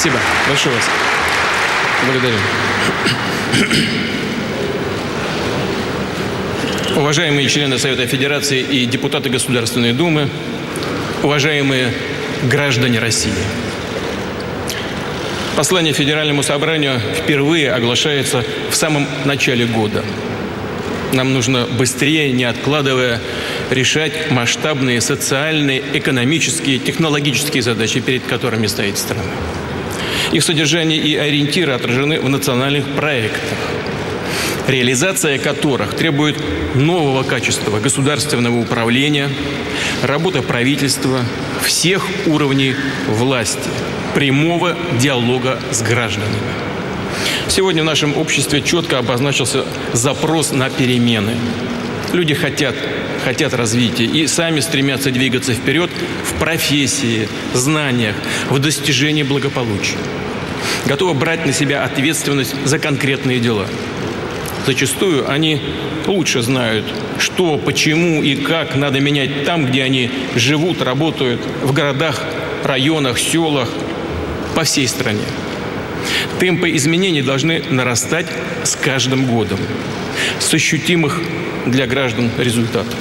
Спасибо. Большое вас. Благодарю. Уважаемые члены Совета Федерации и депутаты Государственной Думы, уважаемые граждане России. Послание Федеральному собранию впервые оглашается в самом начале года. Нам нужно быстрее, не откладывая, решать масштабные социальные, экономические, технологические задачи, перед которыми стоит страна. Их содержание и ориентиры отражены в национальных проектах, реализация которых требует нового качества государственного управления, работы правительства, всех уровней власти, прямого диалога с гражданами. Сегодня в нашем обществе четко обозначился запрос на перемены. Люди хотят развития и сами стремятся двигаться вперед в профессии, знаниях, в достижении благополучия. Готовы брать на себя ответственность за конкретные дела. Зачастую они лучше знают, что, почему и как надо менять там, где они живут, работают, в городах, районах, селах, по всей стране. Темпы изменений должны нарастать с каждым годом, с ощутимых для граждан результатов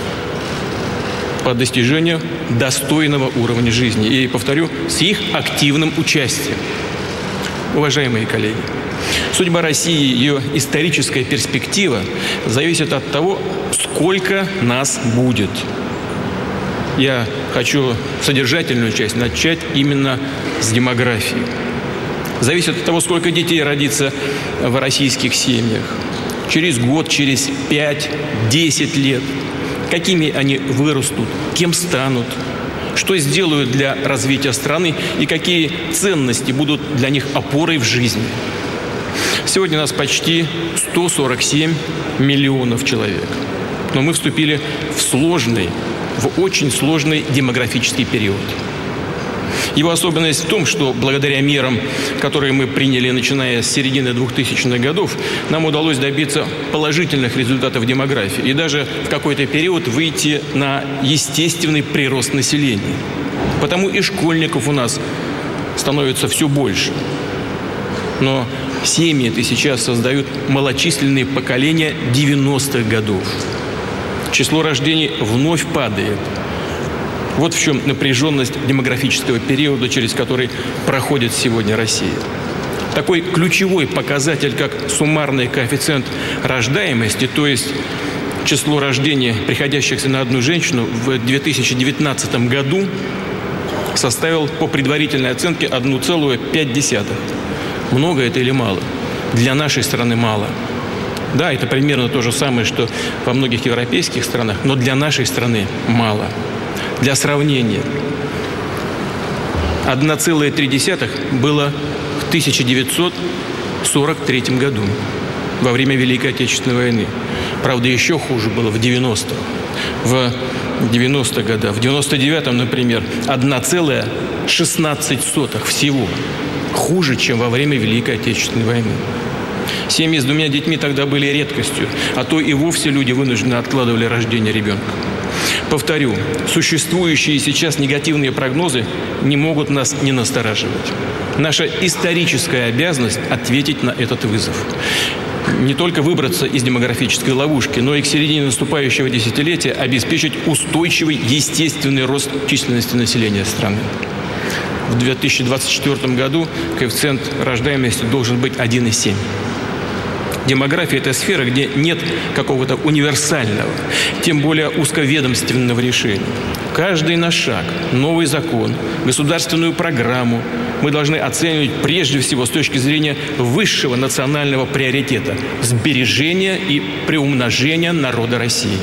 по достижению достойного уровня жизни. И, повторю, с их активным участием. Уважаемые коллеги, судьба России, ее историческая перспектива зависит от того, сколько нас будет. Я хочу содержательную часть начать именно с демографии. Зависит от того, сколько детей родится в российских семьях. Через год, через 5-10 лет. Какими они вырастут, кем станут, что сделают для развития страны и какие ценности будут для них опорой в жизни. Сегодня нас почти 147 миллионов человек. Но мы вступили в очень сложный демографический период. Его особенность в том, что благодаря мерам, которые мы приняли, начиная с середины 2000-х годов, нам удалось добиться положительных результатов в демографии и даже в какой-то период выйти на естественный прирост населения. Потому и школьников у нас становится все больше. Но семьи сейчас создают малочисленные поколения 90-х годов. Число рождений вновь падает. Вот в чем напряженность демографического периода, через который проходит сегодня Россия. Такой ключевой показатель, как суммарный коэффициент рождаемости, то есть число рождений, приходящихся на одну женщину, в 2019 году составил по предварительной оценке 1,5. Много это или мало? Для нашей страны мало. Да, это примерно то же самое, что во многих европейских странах, но для нашей страны мало. Для сравнения, 1,3 было в 1943 году, во время Великой Отечественной войны. Правда, еще хуже было в 90-х. В 90-х годах, в 99-м, например, 1,16 всего. Хуже, чем во время Великой Отечественной войны. Семьи с 2 детьми тогда были редкостью, а то и вовсе люди вынужденно откладывали рождение ребенка. Повторю, существующие сейчас негативные прогнозы не могут нас не настораживать. Наша историческая обязанность ответить на этот вызов. Не только выбраться из демографической ловушки, но и к середине наступающего десятилетия обеспечить устойчивый естественный рост численности населения страны. В 2024 году коэффициент рождаемости должен быть 1,7. Демография – это сфера, где нет какого-то универсального, тем более узковедомственного решения. Каждый наш шаг, новый закон, государственную программу мы должны оценивать прежде всего с точки зрения высшего национального приоритета – сбережения и приумножения народа России.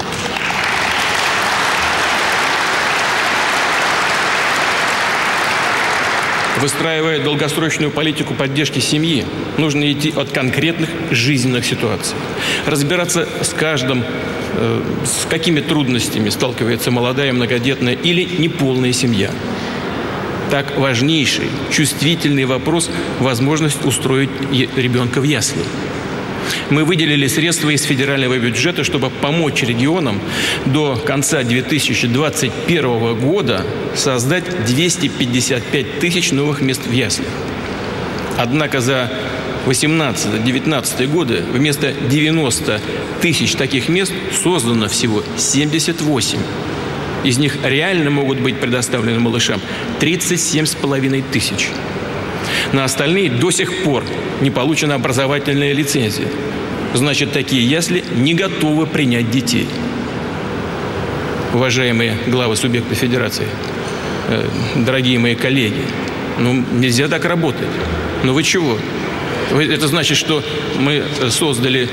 Выстраивая долгосрочную политику поддержки семьи, нужно идти от конкретных жизненных ситуаций. Разбираться с какими трудностями сталкивается молодая, многодетная или неполная семья. Так важнейший, чувствительный вопрос – возможность устроить ребенка в ясли. Мы выделили средства из федерального бюджета, чтобы помочь регионам до конца 2021 года создать 255 тысяч новых мест в яслях. Однако за 2018-2019 годы вместо 90 тысяч таких мест создано всего 78. Из них реально могут быть предоставлены малышам 37,5 тысяч. На остальные до сих пор не получена образовательная лицензия. Значит, такие ясли не готовы принять детей. Уважаемые главы субъектов федерации, дорогие мои коллеги, нельзя так работать. Вы чего? Это значит, что мы создали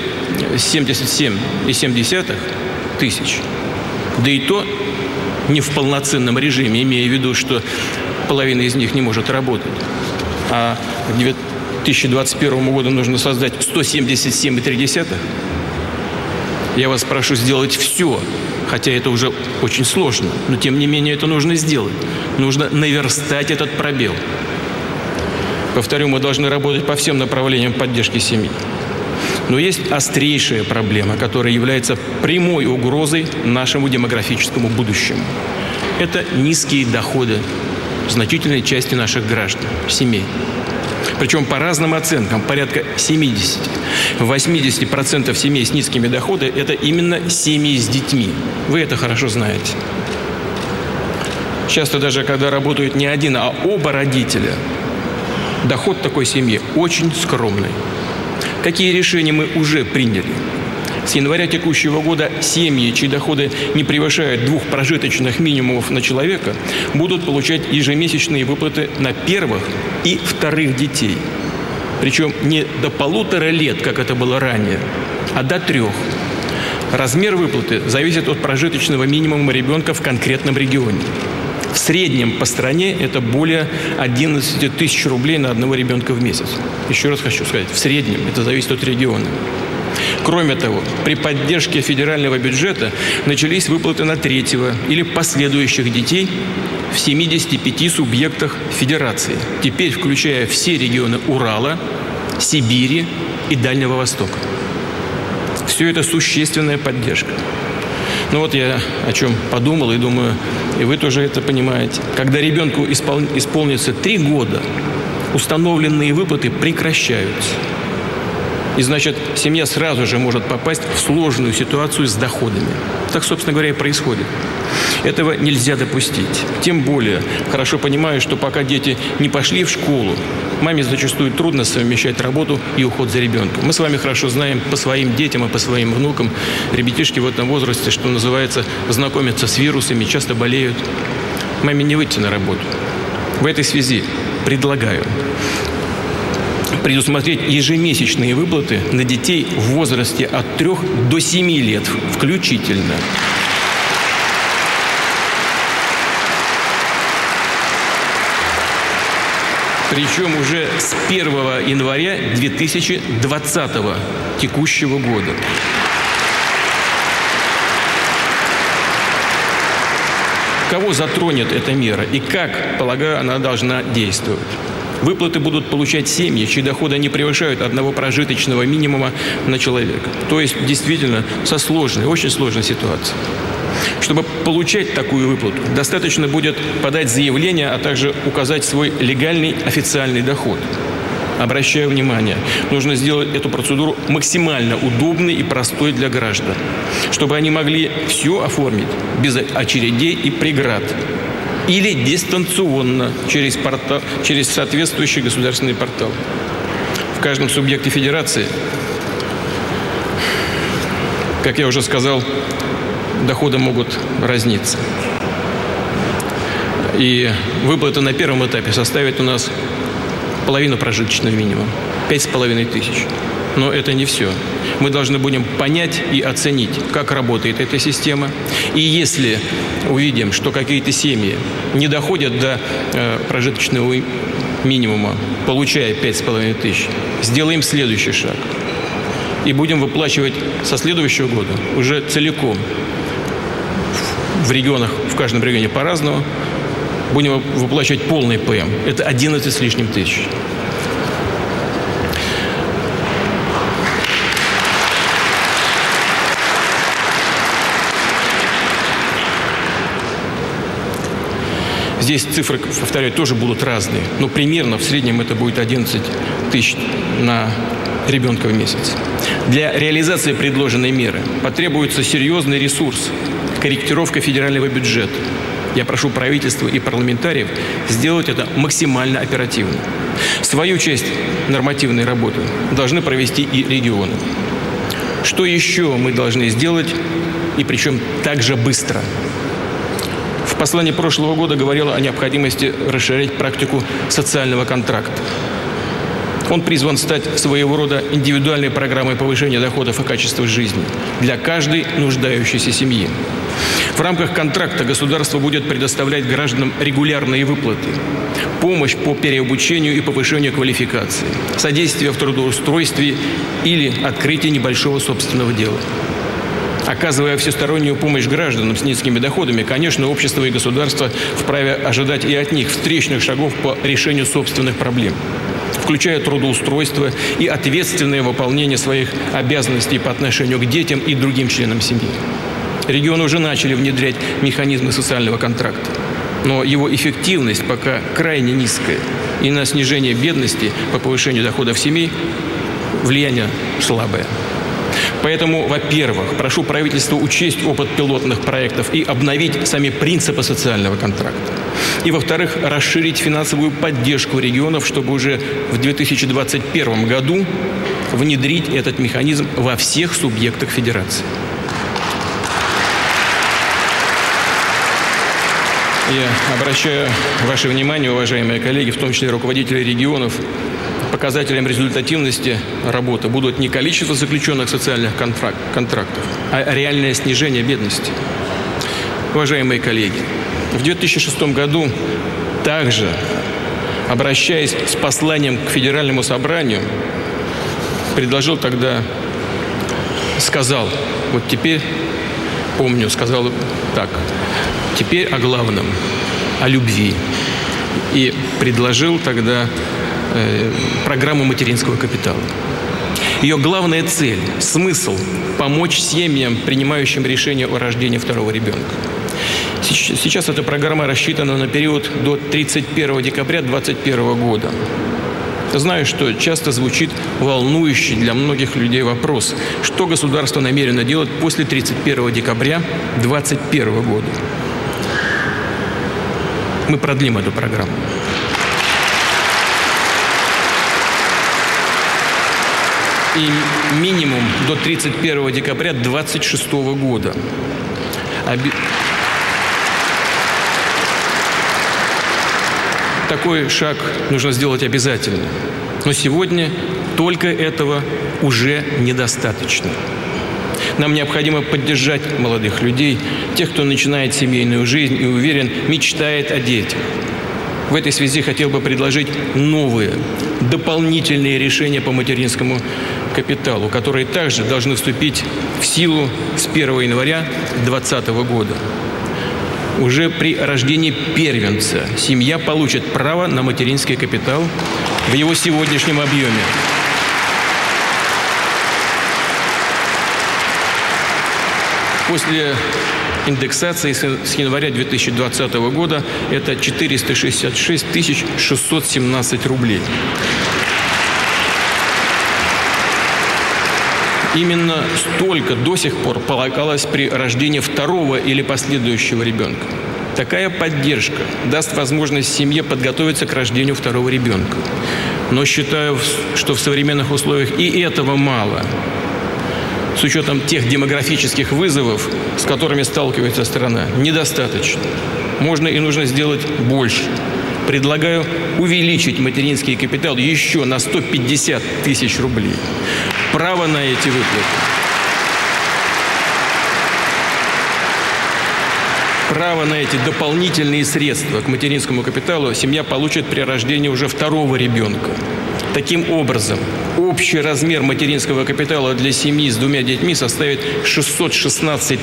77,7 тысяч. Да и то не в полноценном режиме, имея в виду, что половина из них не может работать. А к 2021 году нужно создать 177,3. Я вас прошу сделать все, хотя это уже очень сложно, но тем не менее это нужно сделать. Нужно наверстать этот пробел. Повторю, мы должны работать по всем направлениям поддержки семьи. Но есть острейшая проблема, которая является прямой угрозой нашему демографическому будущему. Это низкие доходы значительной части наших граждан, семей. Причем по разным оценкам, порядка 70-80% семей с низкими доходами – это именно семьи с детьми. Вы это хорошо знаете. Часто даже, когда работают не один, а оба родителя, доход такой семьи очень скромный. Какие решения мы уже приняли? С января текущего года семьи, чьи доходы не превышают 2 прожиточных минимумов на человека, будут получать ежемесячные выплаты на первых и вторых детей. Причем не до 1,5 лет, как это было ранее, а до 3. Размер выплаты зависит от прожиточного минимума ребенка в конкретном регионе. В среднем по стране это более 11 тысяч рублей на одного ребенка в месяц. Еще раз хочу сказать, в среднем это зависит от региона. Кроме того, при поддержке федерального бюджета начались выплаты на 3-го или последующих детей в 75 субъектах федерации, теперь включая все регионы Урала, Сибири и Дальнего Востока. Все это существенная поддержка. Я о чем подумал и думаю, и вы тоже это понимаете. Когда ребенку исполнится 3 года, установленные выплаты прекращаются. И значит, семья сразу же может попасть в сложную ситуацию с доходами. Так, собственно говоря, и происходит. Этого нельзя допустить. Тем более, хорошо понимаю, что пока дети не пошли в школу, маме зачастую трудно совмещать работу и уход за ребенком. Мы с вами хорошо знаем по своим детям и по своим внукам. Ребятишки в этом возрасте, что называется, знакомятся с вирусами, часто болеют. Маме не выйти на работу. В этой связи предлагаю предусмотреть ежемесячные выплаты на детей в возрасте от 3 до 7 лет включительно. Причем уже с 1 января 2020 текущего года. Кого затронет эта мера и как, полагаю, она должна действовать? Выплаты будут получать семьи, чьи доходы не превышают 1 прожиточного минимума на человека. То есть, действительно, со сложной, очень сложной ситуацией. Чтобы получать такую выплату, достаточно будет подать заявление, а также указать свой легальный официальный доход. Обращаю внимание, нужно сделать эту процедуру максимально удобной и простой для граждан, чтобы они могли все оформить без очередей и преград. Или дистанционно через соответствующий государственный портал. В каждом субъекте федерации, как я уже сказал, доходы могут разниться. И выплата на первом этапе составит у нас половину прожиточного минимума, 5,5 тысяч. Но это не все. Мы должны будем понять и оценить, как работает эта система. И если увидим, что какие-то семьи не доходят до прожиточного минимума, получая 5,5 тысяч, сделаем следующий шаг. И будем выплачивать со следующего года уже целиком. В регионах, в каждом регионе по-разному. Будем выплачивать полный ПМ. Это 11 с лишним тысяч. Здесь цифры, повторяю, тоже будут разные, но примерно в среднем это будет 11 тысяч на ребенка в месяц. Для реализации предложенной меры потребуется серьезный ресурс, корректировка федерального бюджета. Я прошу правительства и парламентариев сделать это максимально оперативно. Свою часть нормативной работы должны провести и регионы. Что еще мы должны сделать, и причем так же быстро? В послании прошлого года говорило о необходимости расширять практику социального контракта. Он призван стать своего рода индивидуальной программой повышения доходов и качества жизни для каждой нуждающейся семьи. В рамках контракта государство будет предоставлять гражданам регулярные выплаты, помощь по переобучению и повышению квалификации, содействие в трудоустройстве или открытие небольшого собственного дела. Оказывая всестороннюю помощь гражданам с низкими доходами, конечно, общество и государство вправе ожидать и от них встречных шагов по решению собственных проблем, включая трудоустройство и ответственное выполнение своих обязанностей по отношению к детям и другим членам семьи. Регионы уже начали внедрять механизмы социального контракта, но его эффективность пока крайне низкая, и на снижение бедности по повышению доходов семей влияние слабое. Поэтому, во-первых, прошу правительство учесть опыт пилотных проектов и обновить сами принципы социального контракта. И, во-вторых, расширить финансовую поддержку регионов, чтобы уже в 2021 году внедрить этот механизм во всех субъектах федерации. Я обращаю ваше внимание, уважаемые коллеги, в том числе руководители регионов, показателем результативности работы будут не количество заключенных социальных контрактов, а реальное снижение бедности. Уважаемые коллеги, в 2006 году также, обращаясь с посланием к Федеральному собранию, сказал, вот теперь, помню, сказал так: теперь о главном, о любви. И предложил тогда программу материнского капитала. Ее главная цель, смысл – помочь семьям, принимающим решение о рождении второго ребенка. Сейчас эта программа рассчитана на период до 31 декабря 2021 года. Знаю, что часто звучит волнующий для многих людей вопрос, что государство намерено делать после 31 декабря 2021 года. Мы продлим эту программу. И минимум до 31 декабря 2026 года. Такой шаг нужно сделать обязательно. Но сегодня только этого уже недостаточно. Нам необходимо поддержать молодых людей, тех, кто начинает семейную жизнь и, уверен, мечтает о детях. В этой связи хотел бы предложить новые, дополнительные решения по материнскому капиталу, которые также должны вступить в силу с 1 января 2020 года. Уже при рождении первенца семья получит право на материнский капитал в его сегодняшнем объеме. После индексации с января 2020 года это 466 617 рублей. Именно столько до сих пор полагалось при рождении второго или последующего ребенка. Такая поддержка даст возможность семье подготовиться к рождению второго ребенка. Но считаю, что в современных условиях и этого мало. С учетом тех демографических вызовов, с которыми сталкивается страна, недостаточно. Можно и нужно сделать больше. Предлагаю увеличить материнский капитал еще на 150 тысяч рублей. Право на эти выплаты. Право на эти дополнительные средства к материнскому капиталу семья получит при рождении уже второго ребенка. Таким образом, общий размер материнского капитала для семьи с двумя детьми составит 616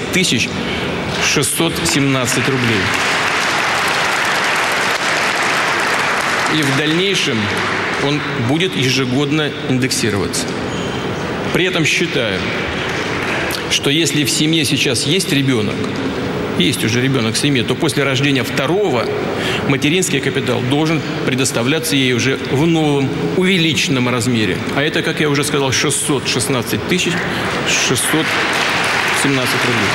617 рублей. И в дальнейшем он будет ежегодно индексироваться. При этом считаю, что если в семье сейчас есть уже ребенок в семье, то после рождения второго материнский капитал должен предоставляться ей уже в новом увеличенном размере. А это, как я уже сказал, 616 617 рублей.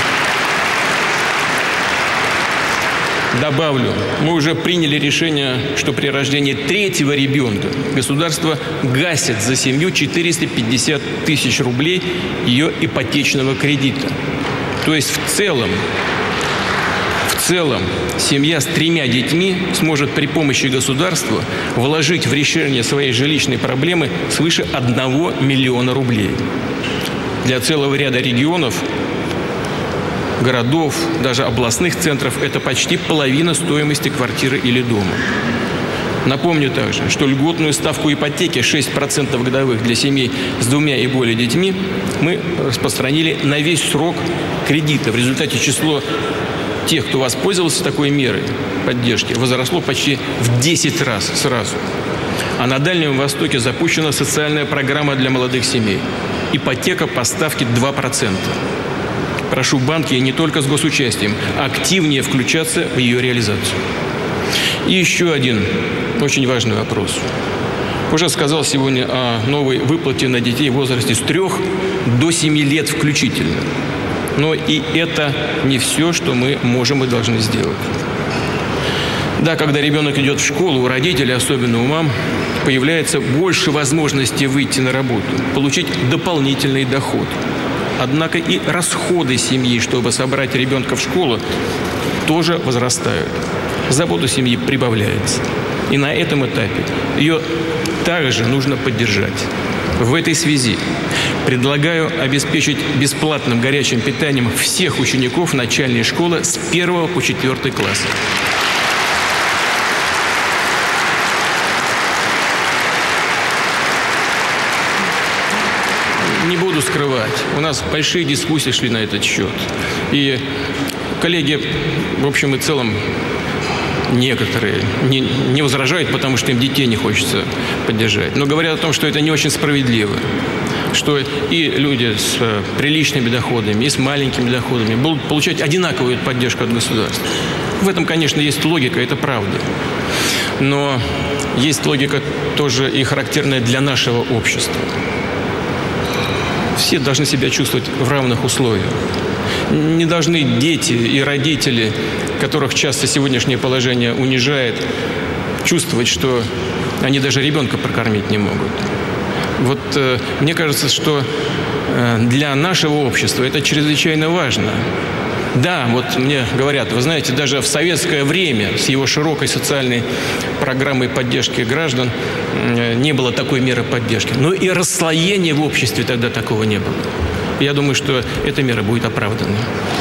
Добавлю, мы уже приняли решение, что при рождении третьего ребенка государство гасит за семью 450 тысяч рублей ее ипотечного кредита. То есть в целом семья с 3 детьми сможет при помощи государства вложить в решение своей жилищной проблемы свыше 1 миллиона рублей. Для целого ряда регионов, городов, даже областных центров это почти половина стоимости квартиры или дома. Напомню также, что льготную ставку ипотеки 6% годовых для семей с 2 и более детьми мы распространили на весь срок кредита. В результате число тех, кто воспользовался такой мерой поддержки, возросло почти в 10 раз сразу. А на Дальнем Востоке запущена социальная программа для молодых семей. Ипотека по ставке 2%. Прошу банки не только с госучастием активнее включаться в ее реализацию. И еще один очень важный вопрос. Уже сказал сегодня о новой выплате на детей в возрасте с 3 до 7 лет включительно. Но и это не все, что мы можем и должны сделать. Да, когда ребенок идет в школу, у родителей, особенно у мам, появляется больше возможностей выйти на работу, получить дополнительный доход. Однако и расходы семьи, чтобы собрать ребенка в школу, тоже возрастают. Забота семьи прибавляется. И на этом этапе ее также нужно поддержать. В этой связи предлагаю обеспечить бесплатным горячим питанием всех учеников начальной школы с 1 по 4 класс. Не буду скрывать, у нас большие дискуссии шли на этот счет. И коллеги, в общем и целом, некоторые не возражают, потому что им детей не хочется поддержать. Но говорят о том, что это не очень справедливо. Что и люди с приличными доходами, и с маленькими доходами будут получать одинаковую поддержку от государства. В этом, конечно, есть логика, это правда. Но есть логика тоже и характерная для нашего общества. Все должны себя чувствовать в равных условиях. Не должны дети и родители, которых часто сегодняшнее положение унижает, чувствовать, что они даже ребенка прокормить не могут. Вот мне кажется, что для нашего общества это чрезвычайно важно. Да, вот мне говорят, вы знаете, даже в советское время с его широкой социальной программой поддержки граждан не было такой меры поддержки. Но и расслоения в обществе тогда такого не было. Я думаю, что эта мера будет оправдана.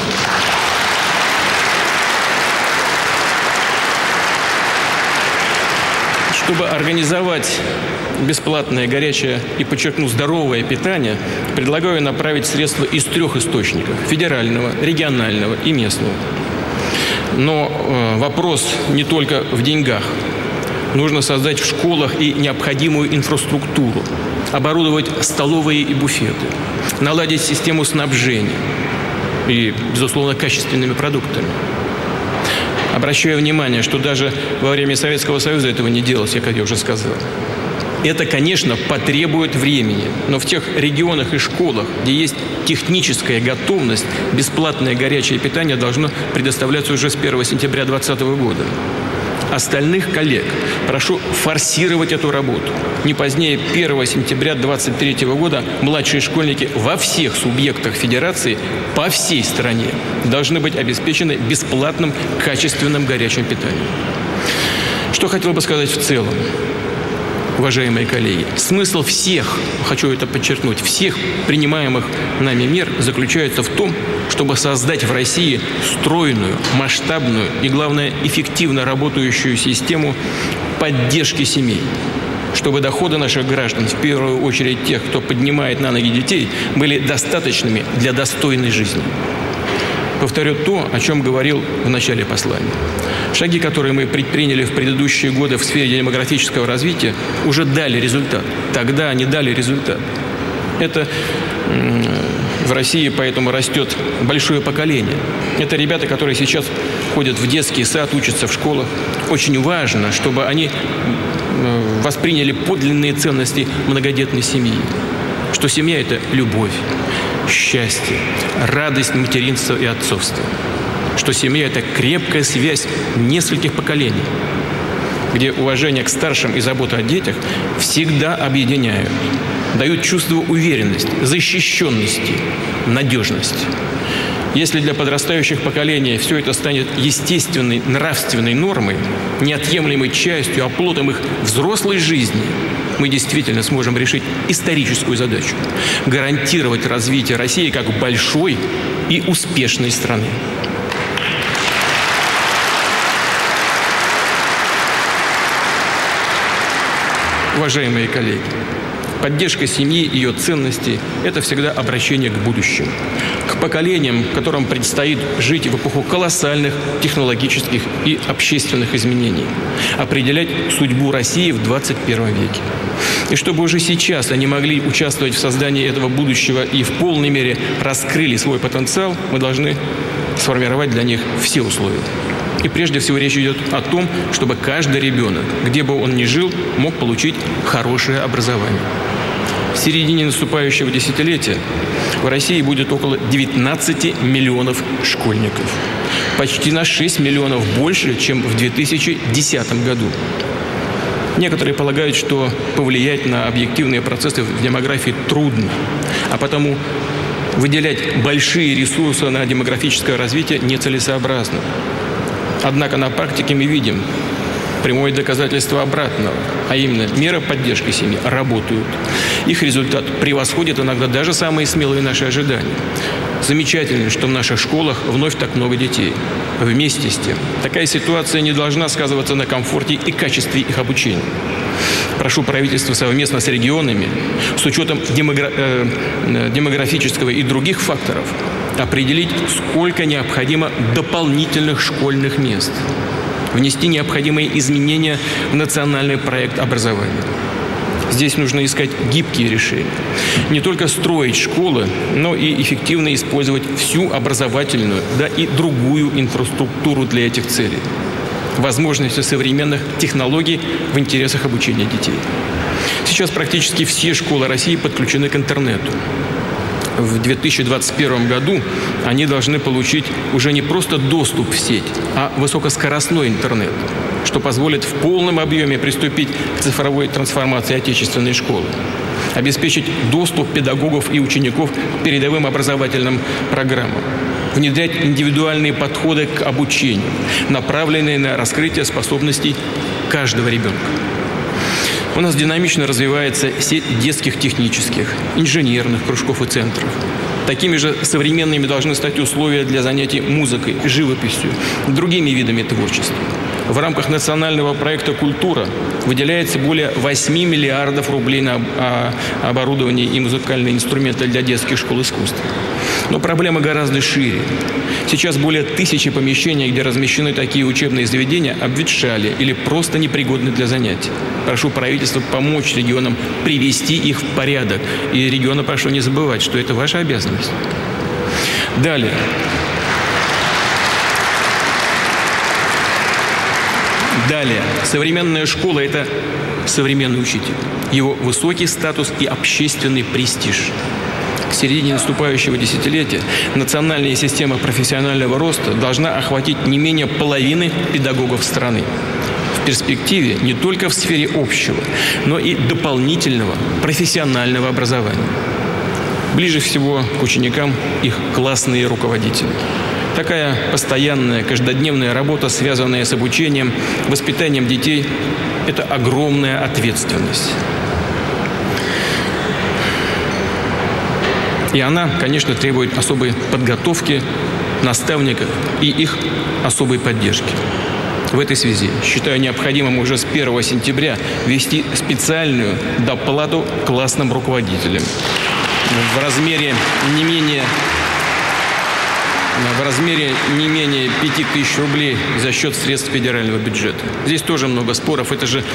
Чтобы организовать бесплатное, горячее и, подчеркну, здоровое питание, предлагаю направить средства из 3 источников – федерального, регионального и местного. Но вопрос не только в деньгах. Нужно создать в школах и необходимую инфраструктуру, оборудовать столовые и буфеты, наладить систему снабжения и, безусловно, качественными продуктами. Обращаю внимание, что даже во время Советского Союза этого не делалось, как я уже сказал. Это, конечно, потребует времени, но в тех регионах и школах, где есть техническая готовность, бесплатное горячее питание должно предоставляться уже с 1 сентября 2020 года. Остальных коллег прошу форсировать эту работу. Не позднее 1 сентября 2023 года младшие школьники во всех субъектах Федерации по всей стране должны быть обеспечены бесплатным качественным горячим питанием. Что хотел бы сказать в целом, уважаемые коллеги? Смысл всех, хочу это подчеркнуть, всех принимаемых нами мер заключается в том, чтобы создать в России стройную, масштабную и, главное, эффективно работающую систему поддержки семей. Чтобы доходы наших граждан, в первую очередь тех, кто поднимает на ноги детей, были достаточными для достойной жизни. Повторю то, о чем говорил в начале послания. Шаги, которые мы предприняли в предыдущие годы в сфере демографического развития, уже дали результат. Тогда они дали результат. Это В России поэтому растет большое поколение. Это ребята, которые сейчас ходят в детский сад, учатся в школах. Очень важно, чтобы они восприняли подлинные ценности многодетной семьи. Что семья – это любовь, счастье, радость материнства и отцовства. Что семья – это крепкая связь нескольких поколений, где уважение к старшим и забота о детях всегда объединяют, дают чувство уверенности, защищенности, надежности. Если для подрастающих поколений все это станет естественной нравственной нормой, неотъемлемой частью, оплотом их взрослой жизни, мы действительно сможем решить историческую задачу – гарантировать развитие России как большой и успешной страны. Уважаемые коллеги, поддержка семьи и ее ценностей – это всегда обращение к будущему, к поколениям, которым предстоит жить в эпоху колоссальных технологических и общественных изменений, определять судьбу России в 21 веке. И чтобы уже сейчас они могли участвовать в создании этого будущего и в полной мере раскрыли свой потенциал, мы должны сформировать для них все условия. И прежде всего речь идет о том, чтобы каждый ребенок, где бы он ни жил, мог получить хорошее образование. В середине наступающего десятилетия в России будет около 19 миллионов школьников. Почти на 6 миллионов больше, чем в 2010 году. Некоторые полагают, что повлиять на объективные процессы в демографии трудно, а потому выделять большие ресурсы на демографическое развитие нецелесообразно. Однако на практике мы видим прямое доказательство обратного, а именно меры поддержки семьи работают. Их результат превосходит иногда даже самые смелые наши ожидания. Замечательно, что в наших школах вновь так много детей. Вместе с тем, такая ситуация не должна сказываться на комфорте и качестве их обучения. Прошу правительства совместно с регионами, с учетом демографического и других факторов, определить, сколько необходимо дополнительных школьных мест, внести необходимые изменения в национальный проект образования. Здесь нужно искать гибкие решения. Не только строить школы, но и эффективно использовать всю образовательную, да и другую инфраструктуру для этих целей. Возможности современных технологий в интересах обучения детей. Сейчас практически все школы России подключены к интернету. В 2021 году они должны получить уже не просто доступ в сеть, а высокоскоростной интернет, что позволит в полном объеме приступить к цифровой трансформации отечественной школы, обеспечить доступ педагогов и учеников к передовым образовательным программам, внедрять индивидуальные подходы к обучению, направленные на раскрытие способностей каждого ребенка. У нас динамично развивается сеть детских технических, инженерных кружков и центров. Такими же современными должны стать условия для занятий музыкой, живописью, другими видами творчества. В рамках национального проекта «Культура» выделяется более 8 миллиардов рублей на оборудование и музыкальные инструменты для детских школ искусств. Но проблема гораздо шире. Сейчас более 1000 помещений, где размещены такие учебные заведения, обветшали или просто непригодны для занятий. Прошу правительства помочь регионам привести их в порядок. И регионы прошу не забывать, что это ваша обязанность. Далее. Современная школа – это современный учитель, его высокий статус и общественный престиж. К середине наступающего десятилетия национальная система профессионального роста должна охватить не менее половины педагогов страны. В перспективе не только в сфере общего, но и дополнительного профессионального образования. Ближе всего к ученикам их классные руководители. Такая постоянная, каждодневная работа, связанная с обучением, воспитанием детей – это огромная ответственность. И она, конечно, требует особой подготовки наставников и их особой поддержки. В этой связи считаю необходимым уже с 1 сентября ввести специальную доплату классным руководителям в размере не менее 5000 рублей за счет средств федерального бюджета. Здесь тоже много споров. Это же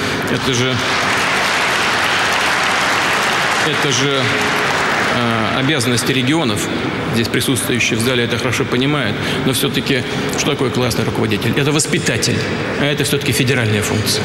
обязанности регионов. Здесь присутствующие в зале это хорошо понимают. Но все-таки, что такое классный руководитель? Это воспитатель, а это все-таки федеральная функция.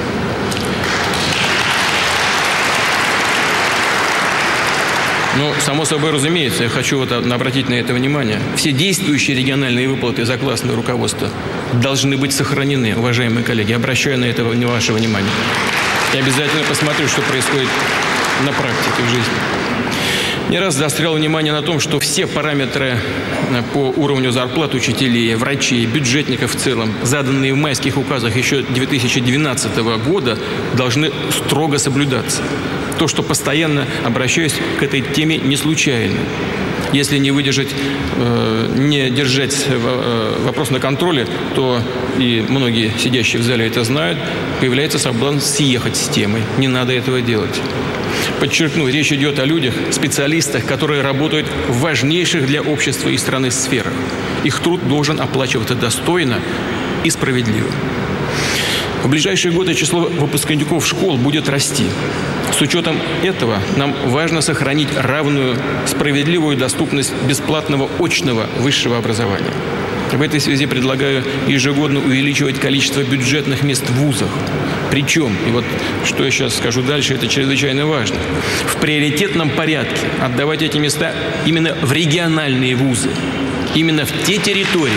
Ну, само собой разумеется, я хочу обратить на это внимание. Все действующие региональные выплаты за классное руководство должны быть сохранены, уважаемые коллеги. Обращаю на это ваше внимание. Я обязательно посмотрю, что происходит на практике в жизни. Не раз заострял внимание на том, что все параметры по уровню зарплат учителей, врачей, бюджетников в целом, заданные в майских указах еще 2012 года, должны строго соблюдаться. То, что постоянно обращаюсь к этой теме, не случайно. Если не выдержать, не держать вопрос на контроле, то, и многие сидящие в зале это знают, появляется соблазн съехать с темы. Не надо этого делать. Подчеркну, речь идет о людях, специалистах, которые работают в важнейших для общества и страны сферах. Их труд должен оплачиваться достойно и справедливо. В ближайшие годы число выпускников школ будет расти. С учетом этого нам важно сохранить равную, справедливую доступность бесплатного очного высшего образования. В этой связи предлагаю ежегодно увеличивать количество бюджетных мест в вузах. Причем, и вот что я сейчас скажу дальше, это чрезвычайно важно, в приоритетном порядке отдавать эти места именно в региональные вузы, именно в те территории,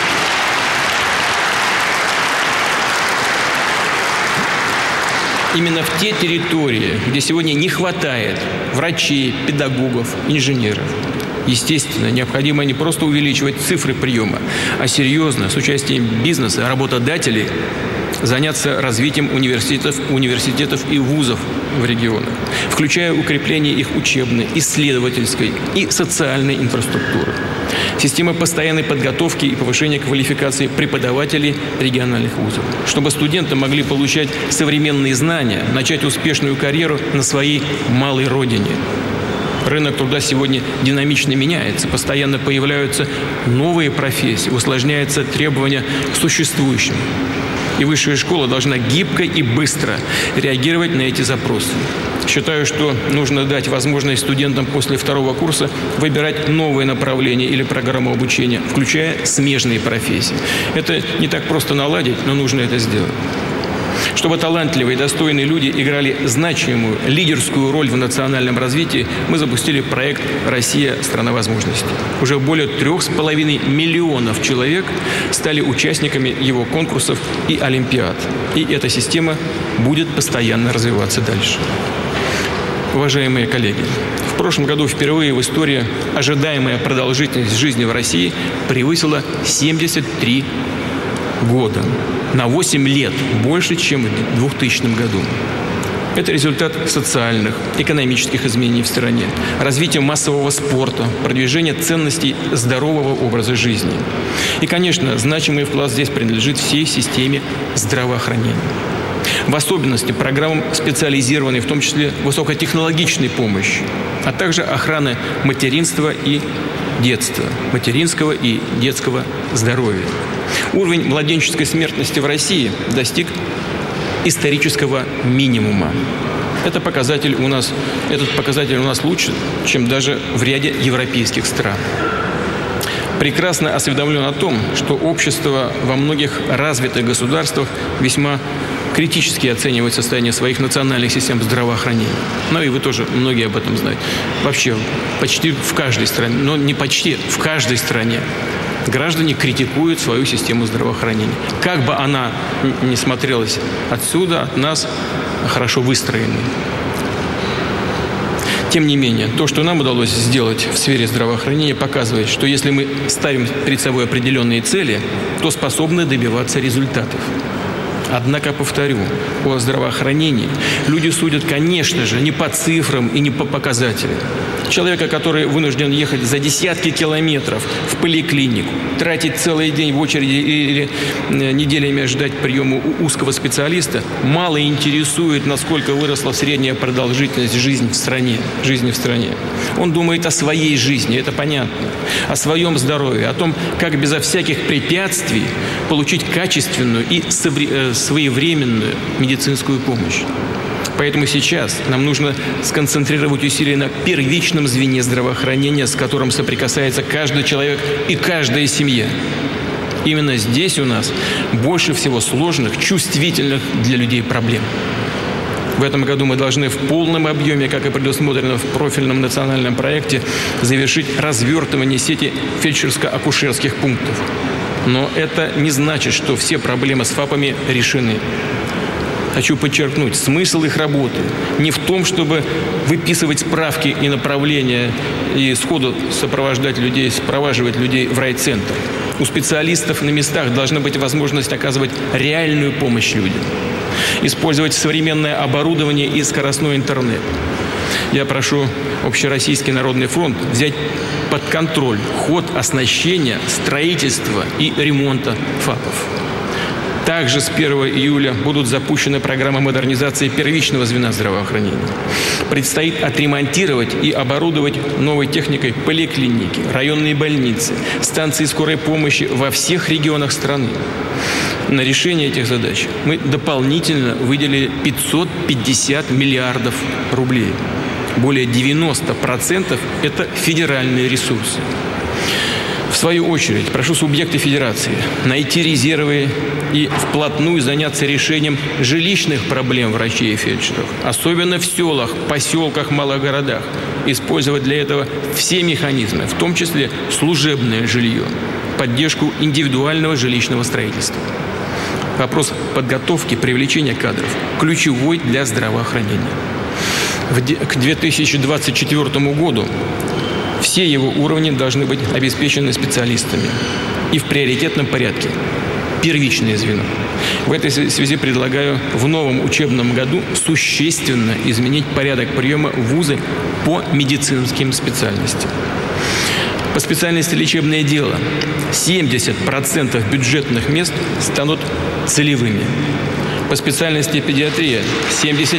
где сегодня не хватает врачей, педагогов, инженеров. Естественно, необходимо не просто увеличивать цифры приема, а серьезно, с участием бизнеса, работодателей, заняться развитием университетов и вузов в регионах, включая укрепление их учебной, исследовательской и социальной инфраструктуры. Система постоянной подготовки и повышения квалификации преподавателей региональных вузов, чтобы студенты могли получать современные знания, начать успешную карьеру на своей малой родине. Рынок труда сегодня динамично меняется, постоянно появляются новые профессии, усложняются требования к существующим. И высшая школа должна гибко и быстро реагировать на эти запросы. Считаю, что нужно дать возможность студентам после второго курса выбирать новые направления или программу обучения, включая смежные профессии. Это не так просто наладить, но нужно это сделать. Чтобы талантливые и достойные люди играли значимую лидерскую роль в национальном развитии, мы запустили проект «Россия – страна возможностей». Уже более 3,5 миллионов человек стали участниками его конкурсов и олимпиад. И эта система будет постоянно развиваться дальше. Уважаемые коллеги, в прошлом году впервые в истории ожидаемая продолжительность жизни в России превысила 73 года. На 8 лет больше, чем в 2000 году. Это результат социальных, экономических изменений в стране, развития массового спорта, продвижения ценностей здорового образа жизни. И, конечно, значимый вклад здесь принадлежит всей системе здравоохранения. В особенности программам специализированной, в том числе высокотехнологичной помощи, а также охраны материнства и детства, материнского и детского здоровья. Уровень младенческой смертности в России достиг исторического минимума. Этот показатель у нас лучше, чем даже в ряде европейских стран. Прекрасно осведомлен о том, что общество во многих развитых государствах весьма критически оценивает состояние своих национальных систем здравоохранения. Ну и вы тоже многие об этом знаете. Вообще почти в каждой стране, но не почти, в каждой стране граждане критикуют свою систему здравоохранения. Как бы она ни смотрелась отсюда, от нас, хорошо выстроенной. Тем не менее, то, что нам удалось сделать в сфере здравоохранения, показывает, что если мы ставим перед собой определенные цели, то способны добиваться результатов. Однако, повторю, о здравоохранении люди судят, конечно же, не по цифрам и не по показателям. Человека, который вынужден ехать за десятки километров в поликлинику, тратить целый день в очереди или неделями ждать приема у узкого специалиста, мало интересует, насколько выросла средняя продолжительность жизни в стране. Он думает о своей жизни, это понятно, о своем здоровье, о том, как безо всяких препятствий получить качественную и своевременную медицинскую помощь. Поэтому сейчас нам нужно сконцентрировать усилия на первичном звене здравоохранения, с которым соприкасается каждый человек и каждая семья. Именно здесь у нас больше всего сложных, чувствительных для людей проблем. В этом году мы должны в полном объеме, как и предусмотрено в профильном национальном проекте, завершить развертывание сети фельдшерско-акушерских пунктов. Но это не значит, что все проблемы с ФАПами решены. Хочу подчеркнуть, смысл их работы не в том, чтобы выписывать справки и направления и сходу сопровождать людей, спроваживать людей в райцентр. У специалистов на местах должна быть возможность оказывать реальную помощь людям, использовать современное оборудование и скоростной интернет. Я прошу Общероссийский народный фронт взять под контроль ход оснащения, строительства и ремонта ФАПов. Также с 1 июля будут запущены программы модернизации первичного звена здравоохранения. Предстоит отремонтировать и оборудовать новой техникой поликлиники, районные больницы, станции скорой помощи во всех регионах страны. На решение этих задач мы дополнительно выделили 550 миллиардов рублей. Более 90% – это федеральные ресурсы. В свою очередь, прошу субъекты федерации найти резервы и вплотную заняться решением жилищных проблем врачей и фельдшеров, особенно в селах, поселках, малых городах. Использовать для этого все механизмы, в том числе служебное жилье, поддержку индивидуального жилищного строительства. Вопрос подготовки, привлечения кадров ключевой для здравоохранения. К 2024 году все его уровни должны быть обеспечены специалистами. И в приоритетном порядке. Первичное звено. В этой связи предлагаю в новом учебном году существенно изменить порядок приема в вузы по медицинским специальностям. По специальности лечебное дело 70% бюджетных мест станут целевыми. По специальности педиатрия 75%.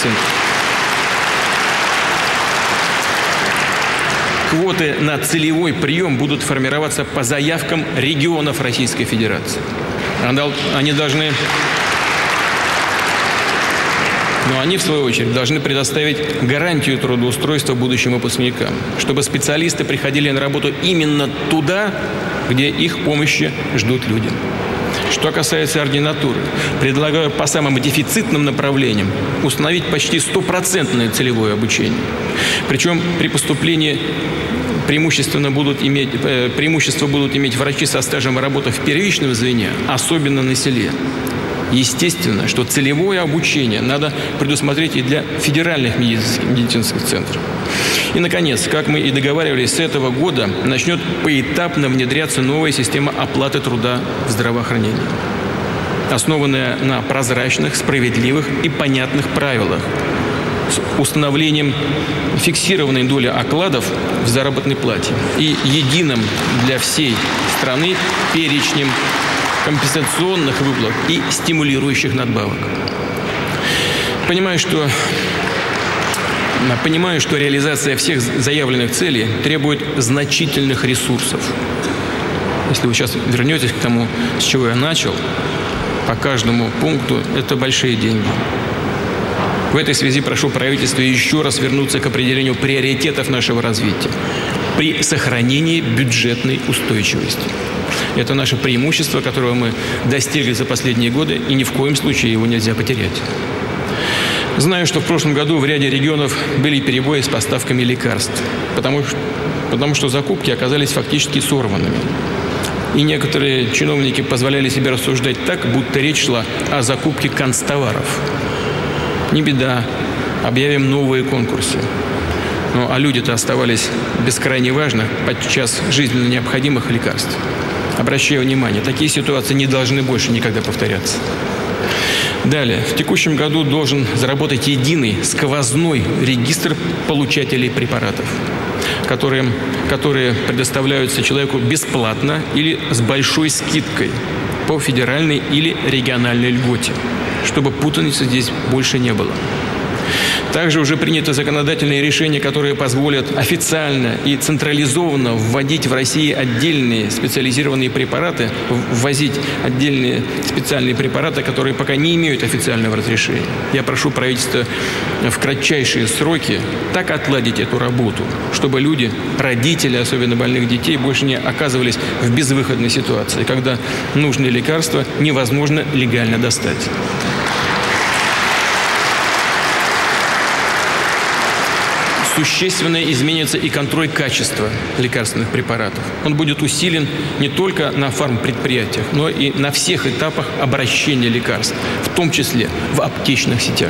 Квоты на целевой прием будут формироваться по заявкам регионов Российской Федерации. Они должны, но они, в свою очередь, должны предоставить гарантию трудоустройства будущим выпускникам, чтобы специалисты приходили на работу именно туда, где их помощи ждут люди. Что касается ординатуры, предлагаю по самым дефицитным направлениям установить почти 100% целевое обучение. Причем при поступлении преимущество будут иметь врачи со стажем работы в первичном звене, особенно на селе. Естественно, что целевое обучение надо предусмотреть и для федеральных медицинских центров. И, наконец, как мы и договаривались, с этого года начнет поэтапно внедряться новая система оплаты труда в здравоохранении, основанная на прозрачных, справедливых и понятных правилах, с установлением фиксированной доли окладов в заработной плате и единым для всей страны перечнем компенсационных выплат и стимулирующих надбавок. Понимаю, что реализация всех заявленных целей требует значительных ресурсов. Если вы сейчас вернетесь к тому, с чего я начал, по каждому пункту это большие деньги. В этой связи прошу правительство еще раз вернуться к определению приоритетов нашего развития при сохранении бюджетной устойчивости. Это наше преимущество, которого мы достигли за последние годы, и ни в коем случае его нельзя потерять. Знаю, что в прошлом году в ряде регионов были перебои с поставками лекарств, потому что закупки оказались фактически сорванными. И некоторые чиновники позволяли себе рассуждать так, будто речь шла о закупке канцтоваров. Не беда, объявим новые конкурсы. А люди-то оставались без крайне важных, подчас жизненно необходимых лекарств. Обращаю внимание, такие ситуации не должны больше никогда повторяться. Далее, в текущем году должен заработать единый сквозной регистр получателей препаратов, которые предоставляются человеку бесплатно или с большой скидкой по федеральной или региональной льготе, чтобы путаницы здесь больше не было. Также уже приняты законодательные решения, которые позволят официально и централизованно вводить в России отдельные специализированные препараты, ввозить отдельные специальные препараты, которые пока не имеют официального разрешения. Я прошу правительство в кратчайшие сроки так отладить эту работу, чтобы люди, родители, особенно больных детей, больше не оказывались в безвыходной ситуации, когда нужные лекарства невозможно легально достать. Существенно изменится и контроль качества лекарственных препаратов. Он будет усилен не только на фармпредприятиях, но и на всех этапах обращения лекарств, в том числе в аптечных сетях.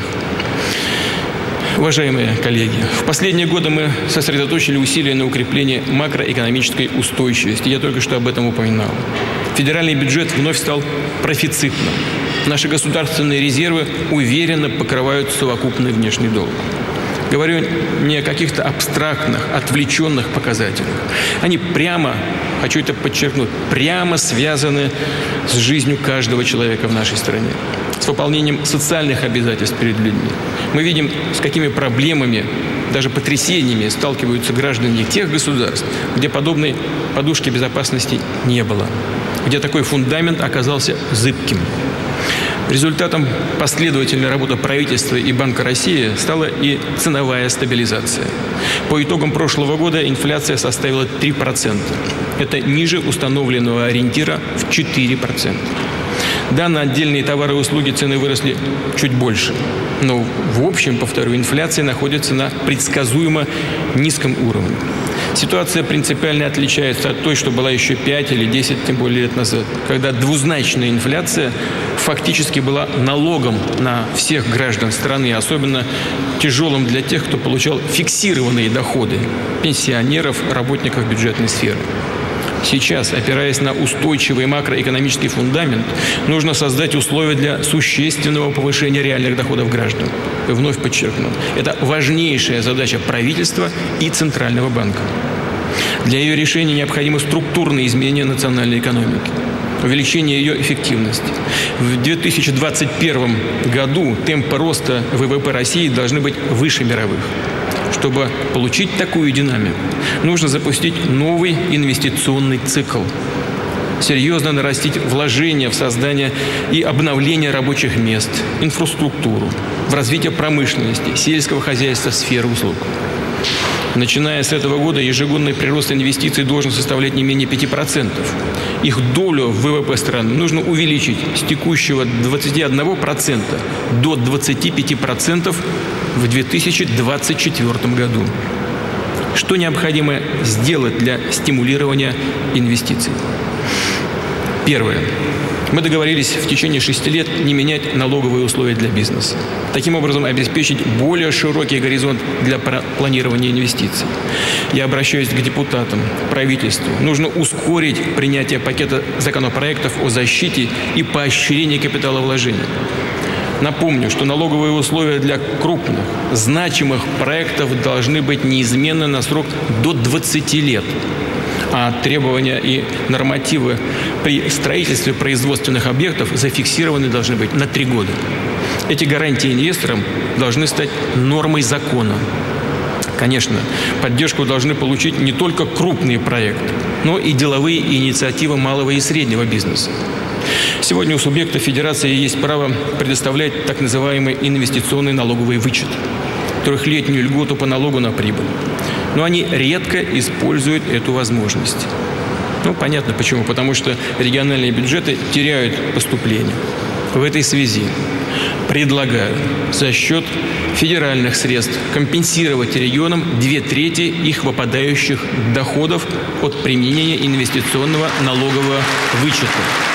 Уважаемые коллеги, в последние годы мы сосредоточили усилия на укреплении макроэкономической устойчивости. Я только что об этом упоминал. Федеральный бюджет вновь стал профицитным. Наши государственные резервы уверенно покрывают совокупный внешний долг. Говорю не о каких-то абстрактных, отвлеченных показателях. Они прямо, хочу это подчеркнуть, прямо связаны с жизнью каждого человека в нашей стране, с выполнением социальных обязательств перед людьми. Мы видим, с какими проблемами, даже потрясениями сталкиваются граждане тех государств, где подобной подушки безопасности не было, где такой фундамент оказался зыбким. Результатом последовательной работы правительства и Банка России стала и ценовая стабилизация. По итогам прошлого года инфляция составила 3%. Это ниже установленного ориентира в 4%. Да, на отдельные товары и услуги цены выросли чуть больше. Но в общем, повторю, инфляция находится на предсказуемо низком уровне. Ситуация принципиально отличается от той, что была еще 5 или 10, тем более лет назад, когда двузначная инфляция фактически была налогом на всех граждан страны, особенно тяжелым для тех, кто получал фиксированные доходы – пенсионеров, работников бюджетной сферы. Сейчас, опираясь на устойчивый макроэкономический фундамент, нужно создать условия для существенного повышения реальных доходов граждан. И вновь подчеркну, это важнейшая задача правительства и Центрального банка. Для ее решения необходимы структурные изменения национальной экономики, увеличение ее эффективности. В 2021 году темпы роста ВВП России должны быть выше мировых. Чтобы получить такую динамику, нужно запустить новый инвестиционный цикл, серьезно нарастить вложения в создание и обновление рабочих мест, инфраструктуру, в развитие промышленности, сельского хозяйства, сферы услуг. Начиная с этого года ежегодный прирост инвестиций должен составлять не менее 5%. Их долю в ВВП страны нужно увеличить с текущего 21% до 25% в 2024 году. Что необходимо сделать для стимулирования инвестиций? Первое. Мы договорились в течение 6 лет не менять налоговые условия для бизнеса. Таким образом, обеспечить более широкий горизонт для планирования инвестиций. Я обращаюсь к депутатам, правительству. Нужно ускорить принятие пакета законопроектов о защите и поощрении капиталовложений. Напомню, что налоговые условия для крупных, значимых проектов должны быть неизменны на срок до 20 лет. А требования и нормативы при строительстве производственных объектов зафиксированы должны быть на 3 года. Эти гарантии инвесторам должны стать нормой закона. Конечно, поддержку должны получить не только крупные проекты, но и деловые инициативы малого и среднего бизнеса. Сегодня у субъектов федерации есть право предоставлять так называемый инвестиционный налоговый вычет, трехлетнюю льготу по налогу на прибыль. Но они редко используют эту возможность. Понятно почему. Потому что региональные бюджеты теряют поступления. В этой связи предлагаю за счет федеральных средств компенсировать регионам 2/3 их выпадающих доходов от применения инвестиционного налогового вычета.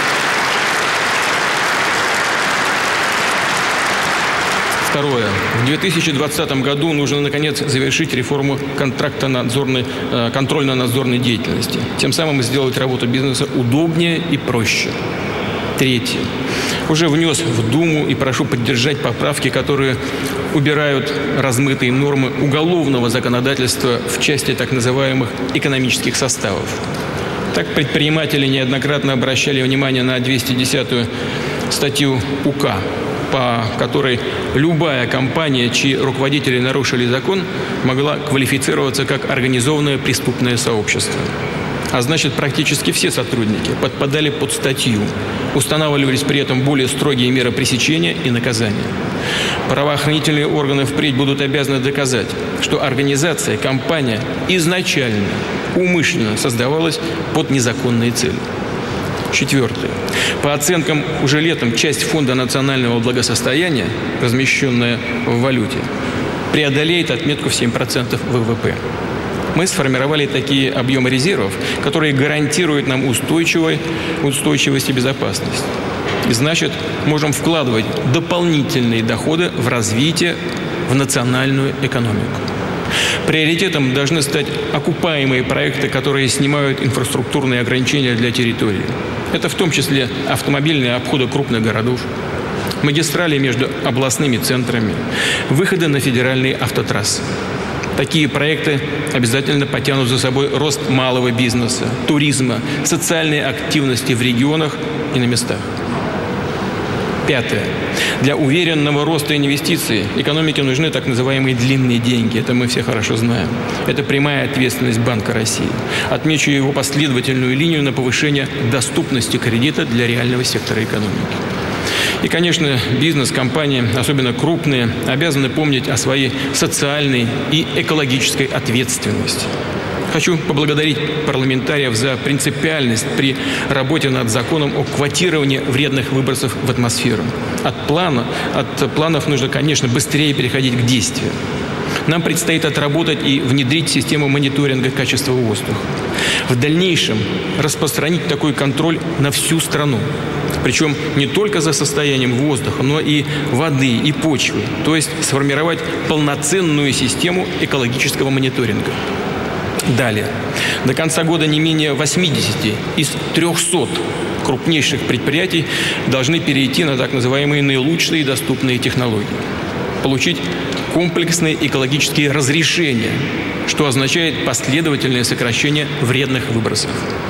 Второе. В 2020 году нужно, наконец, завершить реформу контрольно-надзорной деятельности. Тем самым сделать работу бизнеса удобнее и проще. Третье. Уже внес в Думу и прошу поддержать поправки, которые убирают размытые нормы уголовного законодательства в части так называемых экономических составов. Так предприниматели неоднократно обращали внимание на 210-ю статью УК. по которой любая компания, чьи руководители нарушили закон, могла квалифицироваться как организованное преступное сообщество. А значит, практически все сотрудники подпадали под статью. Устанавливались при этом более строгие меры пресечения и наказания. Правоохранительные органы впредь будут обязаны доказать, что организация, компания изначально, умышленно создавалась под незаконные цели. Четвертое. По оценкам, уже летом часть Фонда национального благосостояния, размещенная в валюте, преодолеет отметку в 7% ВВП. Мы сформировали такие объемы резервов, которые гарантируют нам устойчивость и безопасность. И значит, можем вкладывать дополнительные доходы в развитие, в национальную экономику. Приоритетом должны стать окупаемые проекты, которые снимают инфраструктурные ограничения для территории. Это в том числе автомобильные обходы крупных городов, магистрали между областными центрами, выходы на федеральные автотрассы. Такие проекты обязательно потянут за собой рост малого бизнеса, туризма, социальной активности в регионах и на местах. Пятое. Для уверенного роста инвестиций экономике нужны так называемые длинные деньги. Это мы все хорошо знаем. Это прямая ответственность Банка России. Отмечу его последовательную линию на повышение доступности кредита для реального сектора экономики. И, конечно, бизнес-компании, особенно крупные, обязаны помнить о своей социальной и экологической ответственности. Хочу поблагодарить парламентариев за принципиальность при работе над законом о квотировании вредных выбросов в атмосферу. От планов нужно, конечно, быстрее переходить к действию. Нам предстоит отработать и внедрить систему мониторинга качества воздуха. В дальнейшем распространить такой контроль на всю страну. Причем не только за состоянием воздуха, но и воды, и почвы. То есть сформировать полноценную систему экологического мониторинга. Далее. До конца года не менее 80 из 300 крупнейших предприятий должны перейти на так называемые наилучшие доступные технологии. Получить комплексные экологические разрешения, что означает последовательное сокращение вредных выбросов.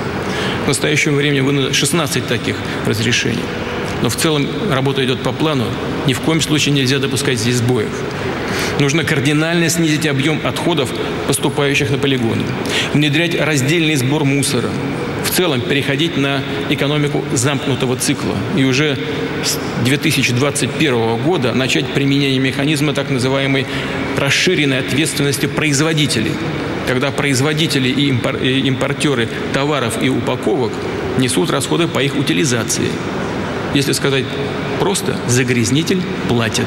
В настоящее время выдано 16 таких разрешений. Но в целом работа идет по плану. Ни в коем случае нельзя допускать здесь сбоев. Нужно кардинально снизить объем отходов, поступающих на полигоны. Внедрять раздельный сбор мусора. В целом переходить на экономику замкнутого цикла. И уже с 2021 года начать применение механизма так называемой расширенной ответственности производителей. Когда производители и импортеры товаров и упаковок несут расходы по их утилизации. Если сказать просто, загрязнитель платит.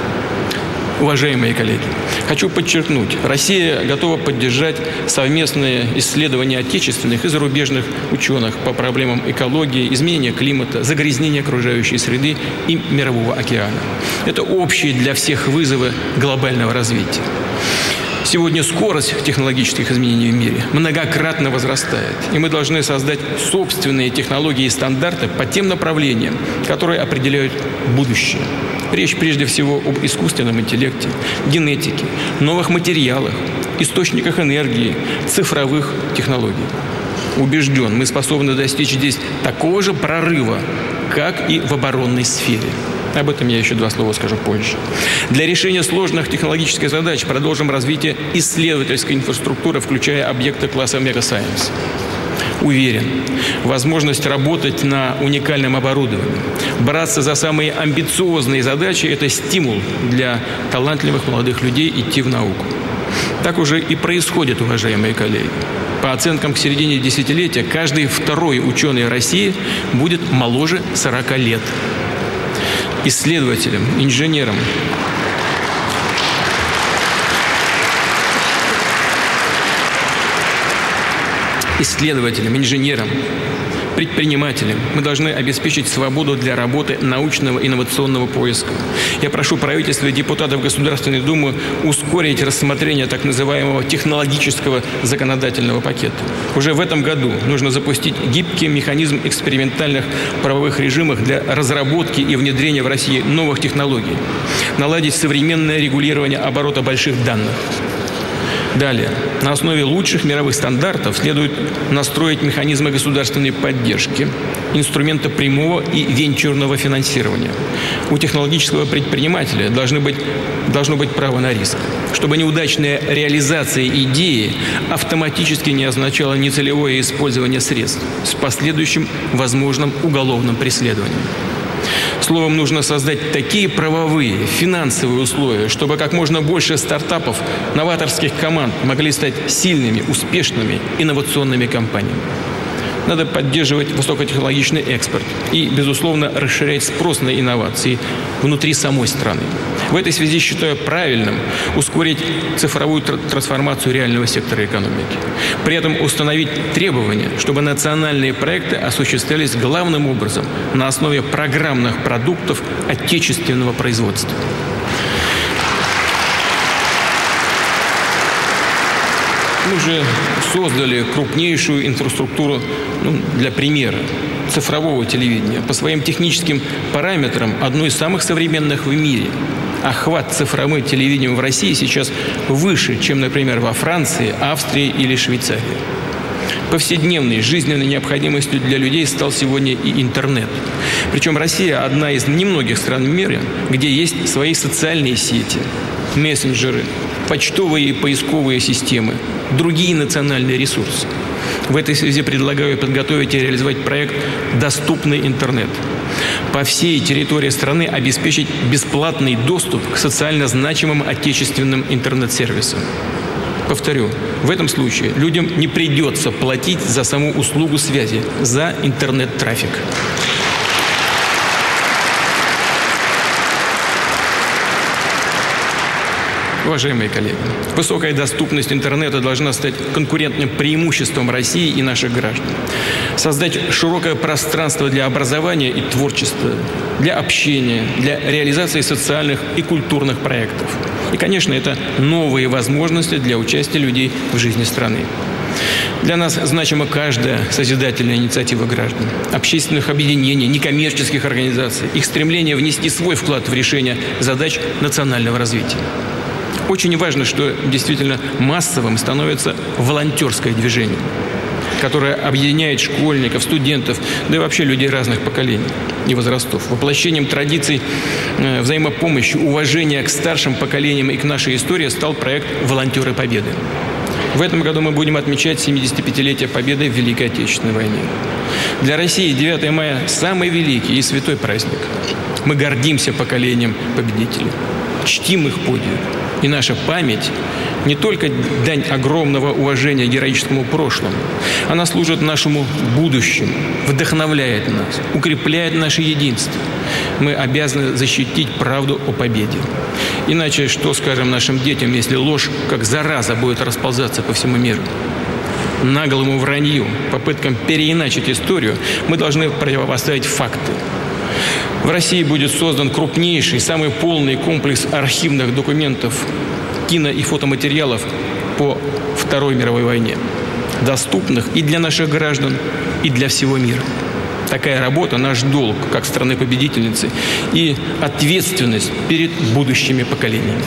Уважаемые коллеги, хочу подчеркнуть, Россия готова поддержать совместные исследования отечественных и зарубежных ученых по проблемам экологии, изменения климата, загрязнения окружающей среды и Мирового океана. Это общие для всех вызовы глобального развития. Сегодня скорость технологических изменений в мире многократно возрастает, и мы должны создать собственные технологии и стандарты по тем направлениям, которые определяют будущее. Речь прежде всего об искусственном интеллекте, генетике, новых материалах, источниках энергии, цифровых технологий. Убежден, мы способны достичь здесь такого же прорыва, как и в оборонной сфере. Об этом я еще два слова скажу позже. Для решения сложных технологических задач продолжим развитие исследовательской инфраструктуры, включая объекты класса мегасайенс. Уверен, возможность работать на уникальном оборудовании, браться за самые амбициозные задачи – это стимул для талантливых молодых людей идти в науку. Так уже и происходит, уважаемые коллеги. По оценкам к середине десятилетия, каждый второй ученый России будет моложе 40 лет. Исследователям, инженерам, предпринимателям мы должны обеспечить свободу для работы научного инновационного поиска. Я прошу правительство и депутатов Государственной Думы ускорить рассмотрение так называемого технологического законодательного пакета. Уже в этом году нужно запустить гибкий механизм экспериментальных правовых режимов для разработки и внедрения в России новых технологий, наладить современное регулирование оборота больших данных. Далее. На основе лучших мировых стандартов следует настроить механизмы государственной поддержки, инструменты прямого и венчурного финансирования. У технологического предпринимателя должно быть право на риск, чтобы неудачная реализация идеи автоматически не означала нецелевое использование средств с последующим возможным уголовным преследованием. Словом, нужно создать такие правовые, финансовые условия, чтобы как можно больше стартапов, новаторских команд могли стать сильными, успешными, инновационными компаниями. Надо поддерживать высокотехнологичный экспорт и, безусловно, расширять спрос на инновации внутри самой страны. В этой связи считаю правильным ускорить цифровую трансформацию реального сектора экономики. При этом установить требования, чтобы национальные проекты осуществлялись главным образом на основе программных продуктов отечественного производства. Мы же создали крупнейшую инфраструктуру, для примера, цифрового телевидения. По своим техническим параметрам одну из самых современных в мире. Охват цифровым телевидением в России сейчас выше, чем, например, во Франции, Австрии или Швейцарии. Повседневной жизненной необходимостью для людей стал сегодня и интернет. Причем Россия одна из немногих стран мира, где есть свои социальные сети, мессенджеры, почтовые и поисковые системы, другие национальные ресурсы. В этой связи предлагаю подготовить и реализовать проект «Доступный интернет». По всей территории страны обеспечить бесплатный доступ к социально значимым отечественным интернет-сервисам. Повторю, в этом случае людям не придется платить за саму услугу связи, за интернет-трафик. Уважаемые коллеги, высокая доступность интернета должна стать конкурентным преимуществом России и наших граждан. Создать широкое пространство для образования и творчества, для общения, для реализации социальных и культурных проектов. И, конечно, это новые возможности для участия людей в жизни страны. Для нас значима каждая созидательная инициатива граждан, общественных объединений, некоммерческих организаций, их стремление внести свой вклад в решение задач национального развития. Очень важно, что действительно массовым становится волонтерское движение, которое объединяет школьников, студентов, да и вообще людей разных поколений и возрастов. Воплощением традиций взаимопомощи, уважения к старшим поколениям и к нашей истории стал проект «Волонтеры Победы». В этом году мы будем отмечать 75-летие Победы в Великой Отечественной войне. Для России 9 мая – самый великий и святой праздник. Мы гордимся поколением победителей, чтим их подвиг. И наша память не только дань огромного уважения героическому прошлому, она служит нашему будущему, вдохновляет нас, укрепляет наше единство. Мы обязаны защитить правду о победе. Иначе что скажем нашим детям, если ложь, как зараза, будет расползаться по всему миру? Наглому вранью, попыткам переиначить историю мы должны противопоставить факты. В России будет создан крупнейший, самый полный комплекс архивных документов, кино- и фотоматериалов по Второй мировой войне, доступных и для наших граждан, и для всего мира. Такая работа – наш долг, как страны-победительницы, и ответственность перед будущими поколениями.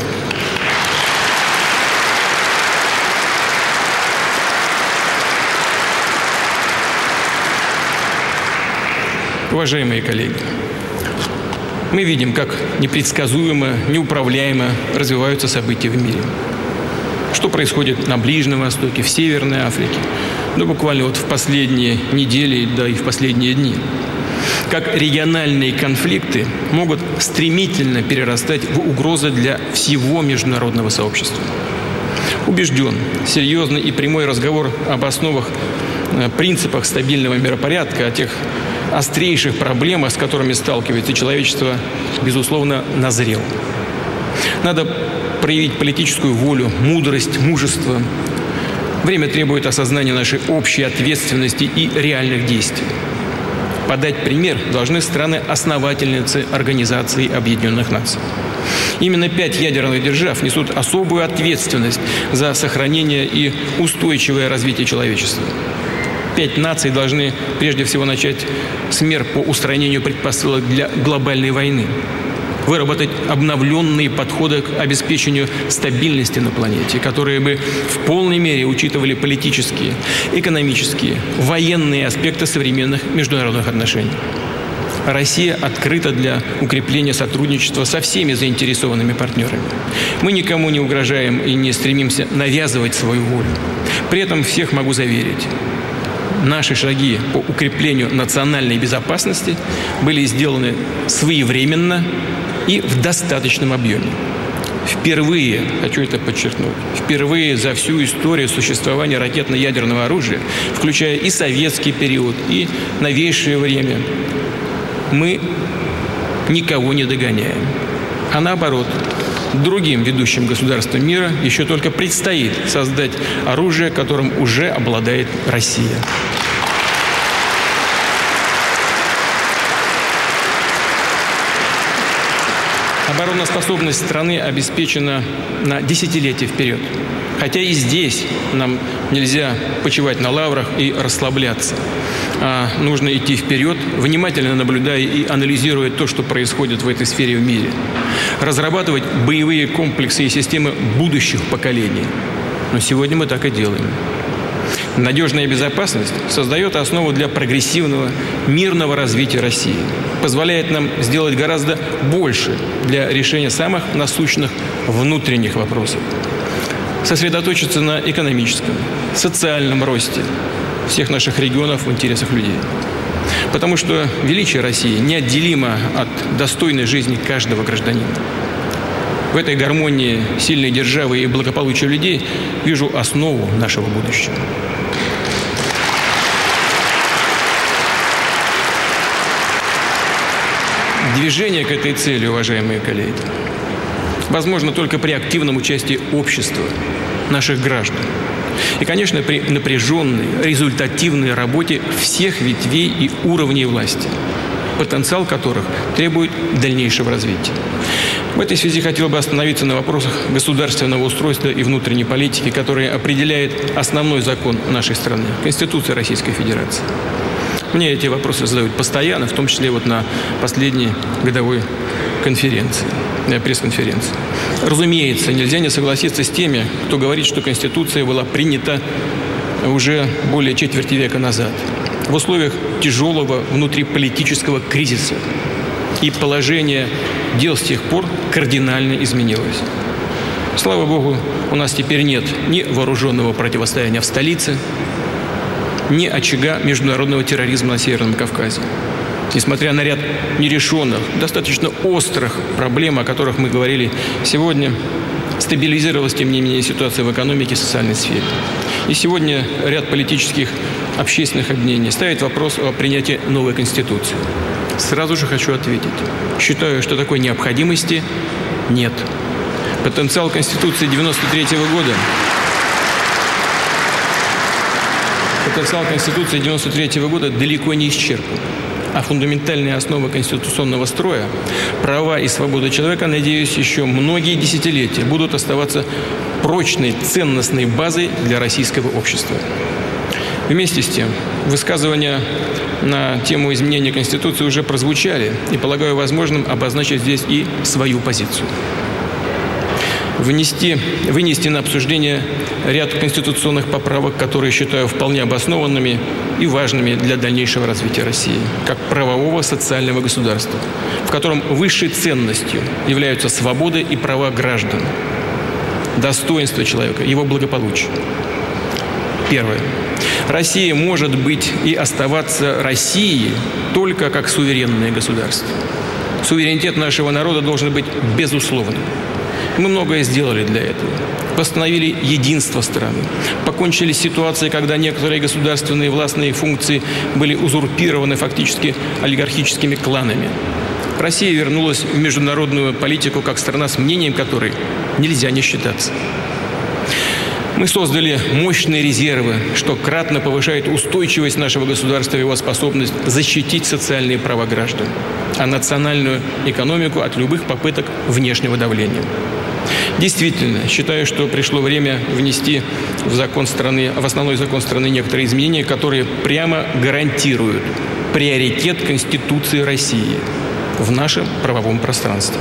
Уважаемые коллеги, мы видим, как непредсказуемо, неуправляемо развиваются события в мире. Что происходит на Ближнем Востоке, в Северной Африке, буквально в последние недели, да и в последние дни. Как региональные конфликты могут стремительно перерастать в угрозы для всего международного сообщества. Убежден, серьезный и прямой разговор об основах, принципах стабильного миропорядка, о тех острейших проблемах, с которыми сталкивается человечество, безусловно, назрел. Надо проявить политическую волю, мудрость, мужество. Время требует осознания нашей общей ответственности и реальных действий. Подать пример должны страны-основательницы Организации Объединенных Наций. Именно 5 ядерных держав несут особую ответственность за сохранение и устойчивое развитие человечества. 5 наций должны прежде всего начать с мер по устранению предпосылок для глобальной войны. выработать обновленные подходы к обеспечению стабильности на планете, которые бы в полной мере учитывали политические, экономические, военные аспекты современных международных отношений. Россия открыта для укрепления сотрудничества со всеми заинтересованными партнерами. Мы никому не угрожаем и не стремимся навязывать свою волю. При этом всех могу заверить, наши шаги по укреплению национальной безопасности были сделаны своевременно и в достаточном объеме. Впервые, хочу это подчеркнуть, впервые за всю историю существования ракетно-ядерного оружия, включая и советский период, и новейшее время, мы никого не догоняем. А наоборот, другим ведущим государствам мира еще только предстоит создать оружие, которым уже обладает Россия. Обороноспособность страны обеспечена на десятилетия вперед. Хотя и здесь нам нельзя почивать на лаврах и расслабляться. А нужно идти вперед, внимательно наблюдая и анализируя то, что происходит в этой сфере в мире. Разрабатывать боевые комплексы и системы будущих поколений. Но сегодня мы так и делаем. Надежная безопасность создает основу для прогрессивного, мирного развития России. Позволяет нам сделать гораздо больше для решения самых насущных внутренних вопросов. Сосредоточиться на экономическом, социальном росте всех наших регионов в интересах людей. Потому что величие России неотделимо от достойной жизни каждого гражданина. В этой гармонии сильной державы и благополучия людей вижу основу нашего будущего. Движение к этой цели, уважаемые коллеги, возможно только при активном участии общества, наших граждан. И, конечно, при напряженной, результативной работе всех ветвей и уровней власти, потенциал которых требует дальнейшего развития. В этой связи хотел бы остановиться на вопросах государственного устройства и внутренней политики, которые определяет основной закон нашей страны – Конституция Российской Федерации. Мне эти вопросы задают постоянно, в том числе вот на последней годовой конференции, пресс-конференции. Разумеется, нельзя не согласиться с теми, кто говорит, что Конституция была принята уже более четверти века назад, в условиях тяжелого внутриполитического кризиса. И положение дел с тех пор кардинально изменилось. Слава Богу, у нас теперь нет ни вооруженного противостояния в столице, ни очага международного терроризма на Северном Кавказе. Несмотря на ряд нерешенных, достаточно острых проблем, о которых мы говорили сегодня, стабилизировалась, тем не менее, ситуация в экономике и социальной сфере. И сегодня ряд политических, общественных объединений ставит вопрос о принятии новой Конституции. Сразу же хочу ответить. Считаю, что такой необходимости нет. Потенциал Конституции 1993 года... Потенциал Конституции 1993 года далеко не исчерпан. А фундаментальные основы конституционного строя, права и свободы человека, надеюсь, еще многие десятилетия будут оставаться прочной ценностной базой для российского общества. Вместе с тем, высказывания на тему изменения Конституции уже прозвучали, и полагаю возможным обозначить здесь и свою позицию. Вынести на обсуждение ряд конституционных поправок, которые считаю вполне обоснованными и важными для дальнейшего развития России, как правового социального государства, в котором высшей ценностью являются свободы и права граждан, достоинство человека, его благополучие. Первое. Россия может быть и оставаться Россией только как суверенное государство. Суверенитет нашего народа должен быть безусловным. Мы многое сделали для этого. Восстановили единство страны. Покончили с ситуацией, когда некоторые государственные властные функции были узурпированы фактически олигархическими кланами. Россия вернулась в международную политику как страна, с мнением которой нельзя не считаться. Мы создали мощные резервы, что кратно повышает устойчивость нашего государства и его способность защитить социальные права граждан, а национальную экономику от любых попыток внешнего давления. Действительно, считаю, что пришло время внести в основной закон страны некоторые изменения, которые прямо гарантируют приоритет Конституции России в нашем правовом пространстве.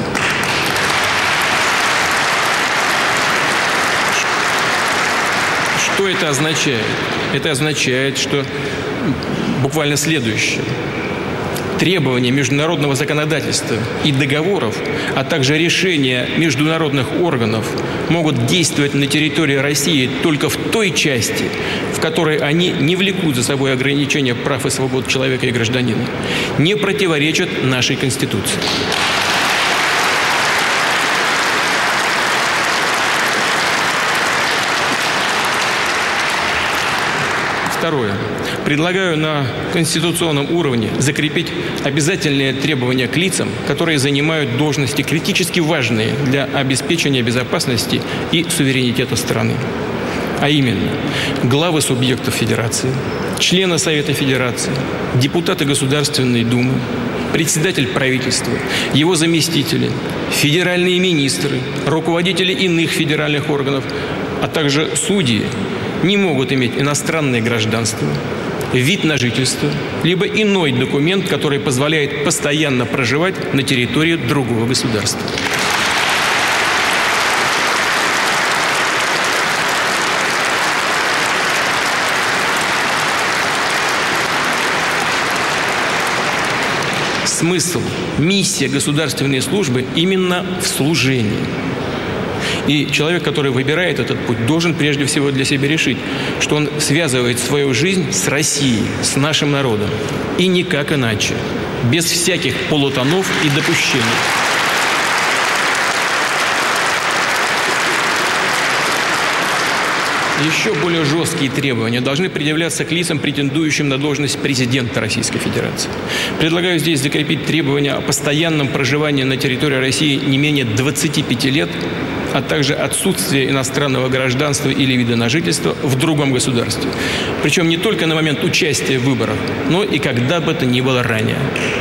Что это означает? Это означает, что буквально следующее. Требования международного законодательства и договоров, а также решения международных органов могут действовать на территории России только в той части, в которой они не влекут за собой ограничения прав и свобод человека и гражданина, не противоречат нашей Конституции. Второе. Предлагаю на конституционном уровне закрепить обязательные требования к лицам, которые занимают должности критически важные для обеспечения безопасности и суверенитета страны. А именно, главы субъектов Федерации, члены Совета Федерации, депутаты Государственной Думы, председатель правительства, его заместители, федеральные министры, руководители иных федеральных органов, а также судьи не могут иметь иностранное гражданство, вид на жительство, либо иной документ, который позволяет постоянно проживать на территории другого государства. Смысл, миссия государственной службы именно в служении. И человек, который выбирает этот путь, должен прежде всего для себя решить, что он связывает свою жизнь с Россией, с нашим народом. И никак иначе, без всяких полутонов и допущений. Еще более жесткие требования должны предъявляться к лицам, претендующим на должность президента Российской Федерации. Предлагаю здесь закрепить требования о постоянном проживании на территории России не менее 25 лет, а также отсутствие иностранного гражданства или вида на жительство в другом государстве. Причем не только на момент участия в выборах, но и когда бы то ни было ранее.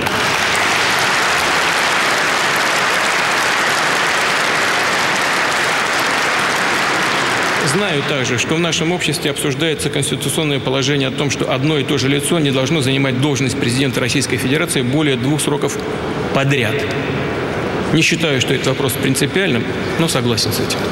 Знаю также, что в нашем обществе обсуждается конституционное положение о том, что одно и то же лицо не должно занимать должность президента Российской Федерации более 2 сроков подряд. Не считаю, что этот вопрос принципиальным, но согласен с этим.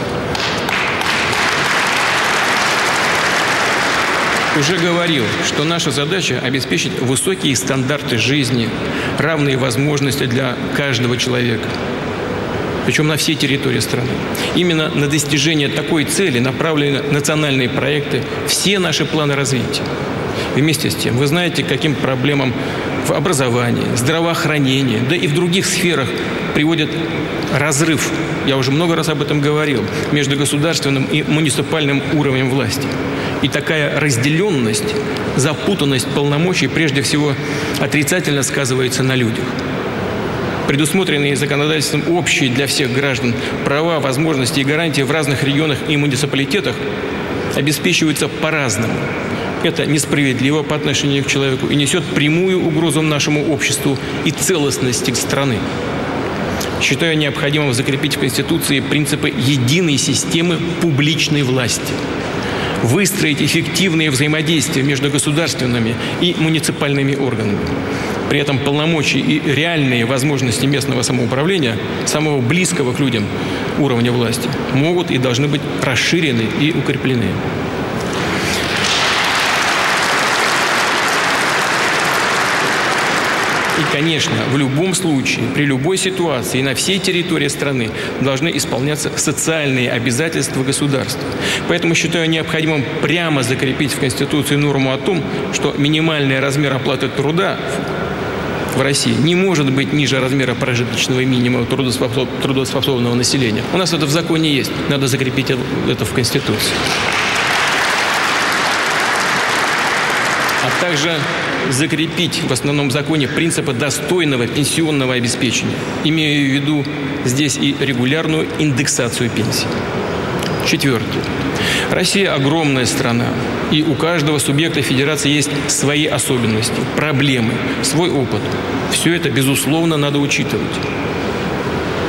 Уже говорил, что наша задача – обеспечить высокие стандарты жизни, равные возможности для каждого человека, причем на всей территории страны. Именно на достижение такой цели направлены национальные проекты, все наши планы развития. Вместе с тем, вы знаете, к каким проблемам в образовании, здравоохранении, да и в других сферах приводит разрыв, я уже много раз об этом говорил, между государственным и муниципальным уровнем власти. И такая разделенность, запутанность полномочий прежде всего отрицательно сказывается на людях. Предусмотренные законодательством общие для всех граждан права, возможности и гарантии в разных регионах и муниципалитетах обеспечиваются по-разному. Это несправедливо по отношению к человеку и несет прямую угрозу нашему обществу и целостности страны. Считаю необходимым закрепить в Конституции принципы единой системы публичной власти, выстроить эффективные взаимодействия между государственными и муниципальными органами. При этом полномочия и реальные возможности местного самоуправления, самого близкого к людям уровня власти, могут и должны быть расширены и укреплены. И, конечно, в любом случае, при любой ситуации и на всей территории страны должны исполняться социальные обязательства государства. Поэтому считаю необходимым прямо закрепить в Конституции норму о том, что минимальный размер оплаты труда в России не может быть ниже размера прожиточного минимума трудоспособного населения. У нас это в законе есть. Надо закрепить это в Конституции. А также закрепить в основном законе принципы достойного пенсионного обеспечения. Имею в виду здесь и регулярную индексацию пенсий. Четвертое. Россия огромная страна, и у каждого субъекта федерации есть свои особенности, проблемы, свой опыт. Все это, безусловно, надо учитывать.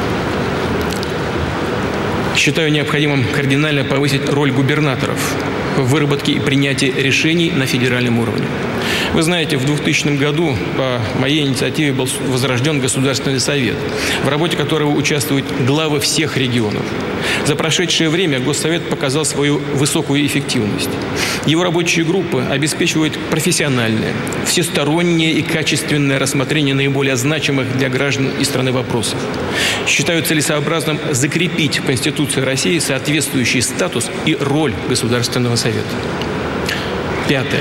Считаю необходимым кардинально повысить роль губернаторов в выработке и принятии решений на федеральном уровне. Вы знаете, в 2000 году по моей инициативе был возрожден Государственный совет, в работе которого участвуют главы всех регионов. За прошедшее время Госсовет показал свою высокую эффективность. Его рабочие группы обеспечивают профессиональное, всестороннее и качественное рассмотрение наиболее значимых для граждан и страны вопросов. Считаю целесообразным закрепить в Конституции России соответствующий статус и роль Государственного совета. Пятое.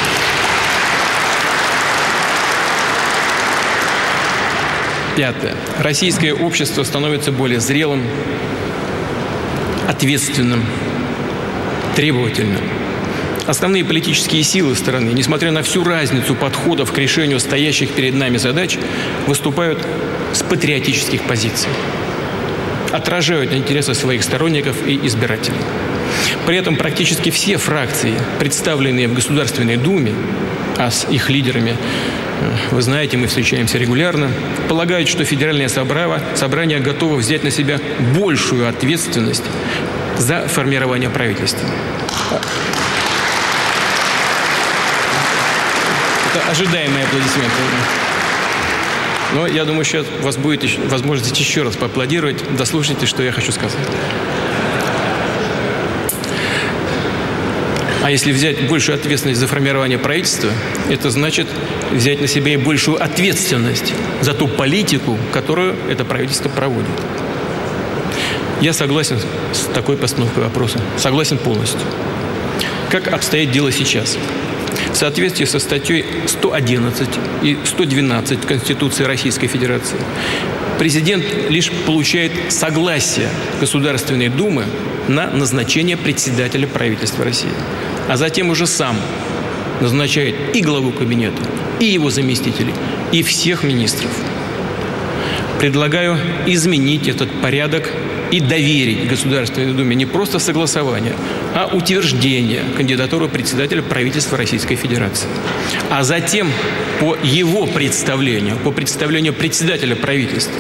Российское общество становится более зрелым, ответственным, требовательным. Основные политические силы страны, несмотря на всю разницу подходов к решению стоящих перед нами задач, выступают с патриотических позиций, отражают интересы своих сторонников и избирателей. При этом практически все фракции, представленные в Государственной Думе, а с их лидерами, вы знаете, мы встречаемся регулярно, полагают, что Федеральное собрание готово взять на себя большую ответственность за формирование правительства. Это ожидаемые аплодисменты. Но я думаю, сейчас у вас будет возможность еще раз поаплодировать. Дослушайте, что я хочу сказать. А если взять большую ответственность за формирование правительства, это значит взять на себя и большую ответственность за ту политику, которую это правительство проводит. Я согласен с такой постановкой вопроса. Согласен полностью. Как обстоит дело сейчас? В соответствии со статьей 111 и 112 Конституции Российской Федерации президент лишь получает согласие Государственной Думы на назначение председателя правительства России, а затем уже сам назначает и главу кабинета, и его заместителей, и всех министров. Предлагаю изменить этот порядок и доверить Государственной Думе не просто согласование, а утверждение кандидатуры председателя правительства Российской Федерации. А затем по его представлению, по представлению председателя правительства,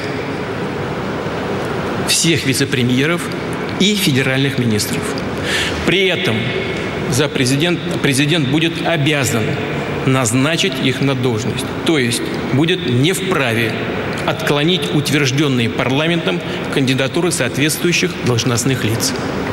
всех вице-премьеров и федеральных министров. При этом президент будет обязан назначить их на должность, то есть будет не вправе отклонить утвержденные парламентом кандидатуры соответствующих должностных лиц.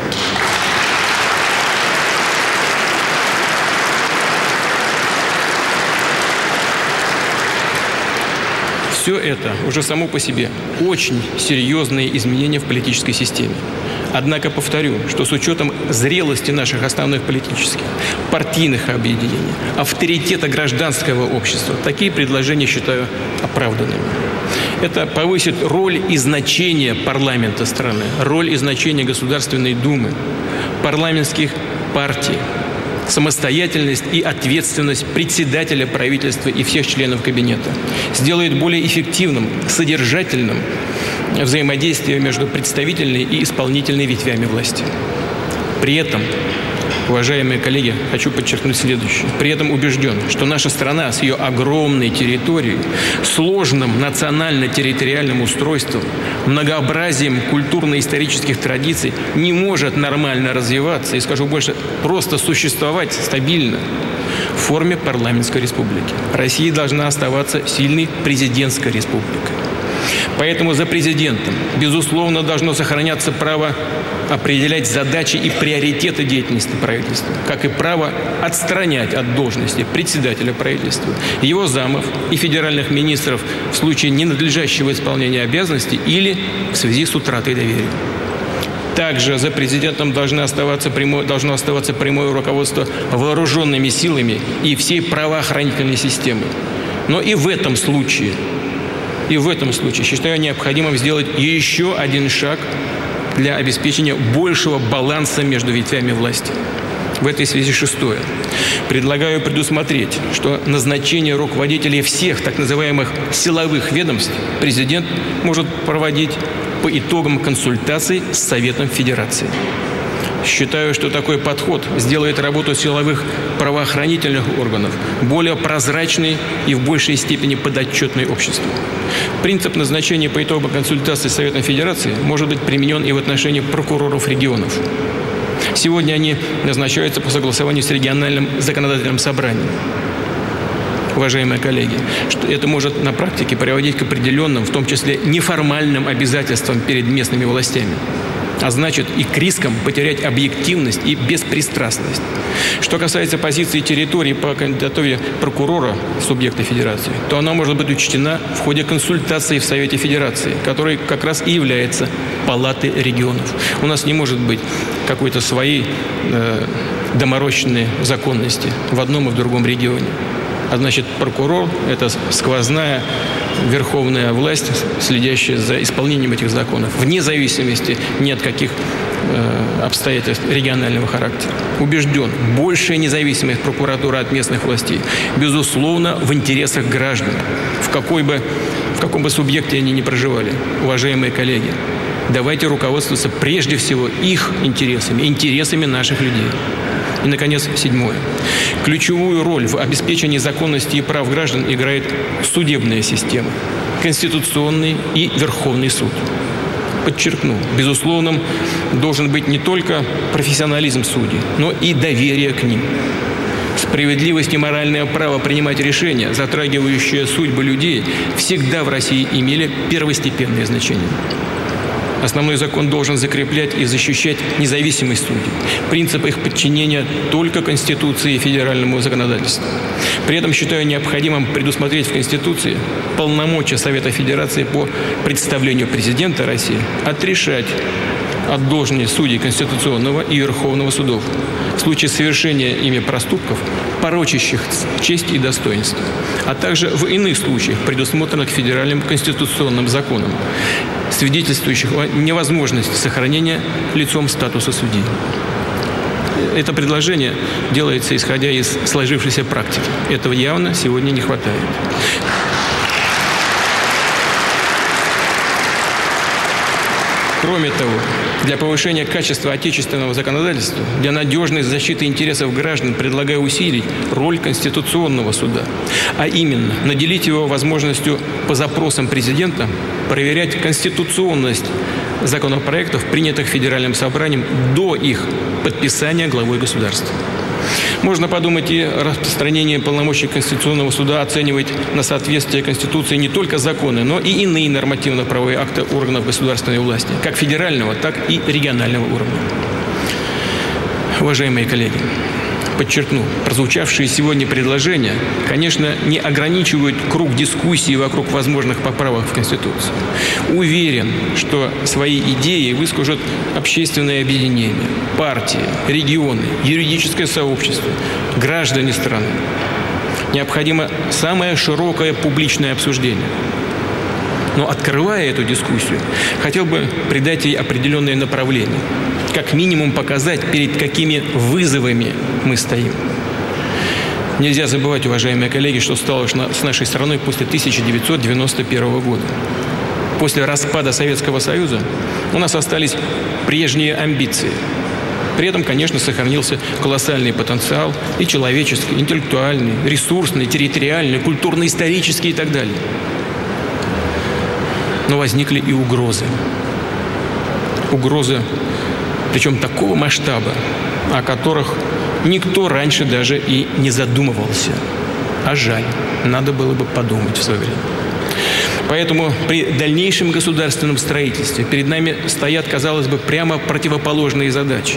Все это уже само по себе очень серьезные изменения в политической системе. Однако повторю, что с учетом зрелости наших основных политических, партийных объединений, авторитета гражданского общества, такие предложения считаю оправданными. Это повысит роль и значение парламента страны, роль и значение Государственной Думы, парламентских партий, самостоятельность и ответственность председателя правительства и всех членов кабинета. Сделает более эффективным, содержательным взаимодействие между представительной и исполнительной ветвями власти. При этом, уважаемые коллеги, хочу подчеркнуть следующее. При этом убежден, что наша страна с ее огромной территорией, сложным национально-территориальным устройством, многообразием культурно-исторических традиций не может нормально развиваться и, скажу больше, просто существовать стабильно в форме парламентской республики. Россия должна оставаться сильной президентской республикой. Поэтому за президентом, безусловно, должно сохраняться право определять задачи и приоритеты деятельности правительства, как и право отстранять от должности председателя правительства, его замов и федеральных министров в случае ненадлежащего исполнения обязанностей или в связи с утратой доверия. Также за президентом должно оставаться прямое руководство вооруженными силами и всей правоохранительной системой. Но и в этом случае считаю необходимым сделать еще один шаг для обеспечения большего баланса между ветвями власти. В этой связи шестое. Предлагаю предусмотреть, что назначение руководителей всех так называемых силовых ведомств президент может проводить по итогам консультаций с Советом Федерации. Считаю, что такой подход сделает работу силовых правоохранительных органов более прозрачной и в большей степени подотчетной обществу. Принцип назначения по итогам консультаций с Советом Федерации может быть применен и в отношении прокуроров регионов. Сегодня они назначаются по согласованию с региональным законодательным собранием. Уважаемые коллеги, что это может на практике приводить к определенным, в том числе неформальным обязательствам перед местными властями. А значит, и к рискам потерять объективность и беспристрастность. Что касается позиции территории по кандидатуре прокурора субъекта федерации, то она может быть учтена в ходе консультаций в Совете Федерации, который как раз и является палатой регионов. У нас не может быть какой-то своей доморощенной законности в одном и в другом регионе. А значит, прокурор – это сквозная верховная власть, следящая за исполнением этих законов, вне зависимости ни от каких обстоятельств регионального характера. Убежден, большая независимость прокуратуры от местных властей, безусловно, в интересах граждан, в каком бы субъекте они ни проживали. Уважаемые коллеги, давайте руководствоваться прежде всего их интересами, интересами наших людей. И, наконец, 7. Ключевую роль в обеспечении законности и прав граждан играет судебная система, Конституционный и Верховный суд. Подчеркну, безусловным должен быть не только профессионализм судей, но и доверие к ним. Справедливость и моральное право принимать решения, затрагивающие судьбы людей, всегда в России имели первостепенное значение. Основной закон должен закреплять и защищать независимость судей, принцип их подчинения только Конституции и федеральному законодательству. При этом считаю необходимым предусмотреть в Конституции полномочия Совета Федерации по представлению президента России отрешать от должности судей Конституционного и Верховного судов в случае совершения ими проступков, порочащих честь и достоинство, а также в иных случаях, предусмотренных федеральным конституционным законом, свидетельствующих о невозможности сохранения лицом статуса судьи. Это предложение делается, исходя из сложившейся практики. Этого явно сегодня не хватает. Кроме того, для повышения качества отечественного законодательства, для надежной защиты интересов граждан предлагаю усилить роль Конституционного суда, а именно наделить его возможностью по запросам президента проверять конституционность законопроектов, принятых Федеральным собранием до их подписания главой государства. Можно подумать и о распространении полномочий Конституционного суда оценивать на соответствие Конституции не только законы, но и иные нормативно-правовые акты органов государственной власти, как федерального, так и регионального уровня. Уважаемые коллеги, подчеркну, прозвучавшие сегодня предложения, конечно, не ограничивают круг дискуссий вокруг возможных поправок в Конституцию. Уверен, что свои идеи выскажут общественные объединения, партии, регионы, юридическое сообщество, граждане страны. Необходимо самое широкое публичное обсуждение. Но, открывая эту дискуссию, хотел бы придать ей определенное направление. Как минимум показать, перед какими вызовами мы стоим. Нельзя забывать, уважаемые коллеги, что стало с нашей страной после 1991 года. После распада Советского Союза у нас остались прежние амбиции. При этом, конечно, сохранился колоссальный потенциал и человеческий, интеллектуальный, ресурсный, территориальный, культурно-исторический и так далее. Но возникли и угрозы. Угрозы, причем такого масштаба, о которых никто раньше даже и не задумывался. А жаль, надо было бы подумать в свое время. Поэтому при дальнейшем государственном строительстве перед нами стоят, казалось бы, прямо противоположные задачи.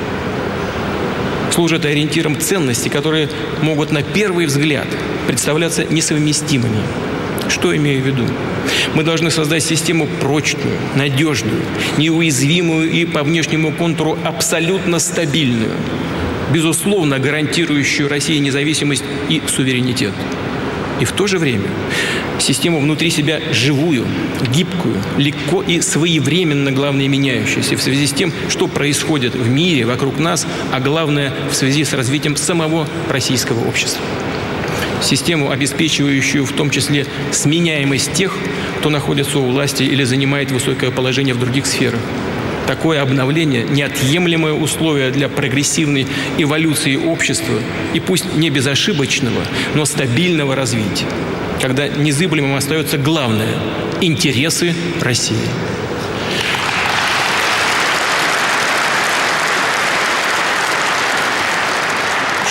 Служат ориентиром ценности, которые могут на первый взгляд представляться несовместимыми. Что имею в виду? Мы должны создать систему прочную, надежную, неуязвимую и по внешнему контуру абсолютно стабильную, безусловно гарантирующую России независимость и суверенитет. И в то же время систему внутри себя живую, гибкую, легко и своевременно, главное, меняющуюся в связи с тем, что происходит в мире, вокруг нас, а главное, в связи с развитием самого российского общества. Систему, обеспечивающую в том числе сменяемость тех, кто находится у власти или занимает высокое положение в других сферах. Такое обновление – неотъемлемое условие для прогрессивной эволюции общества и пусть не безошибочного, но стабильного развития, когда незыблемым остается главное – интересы России.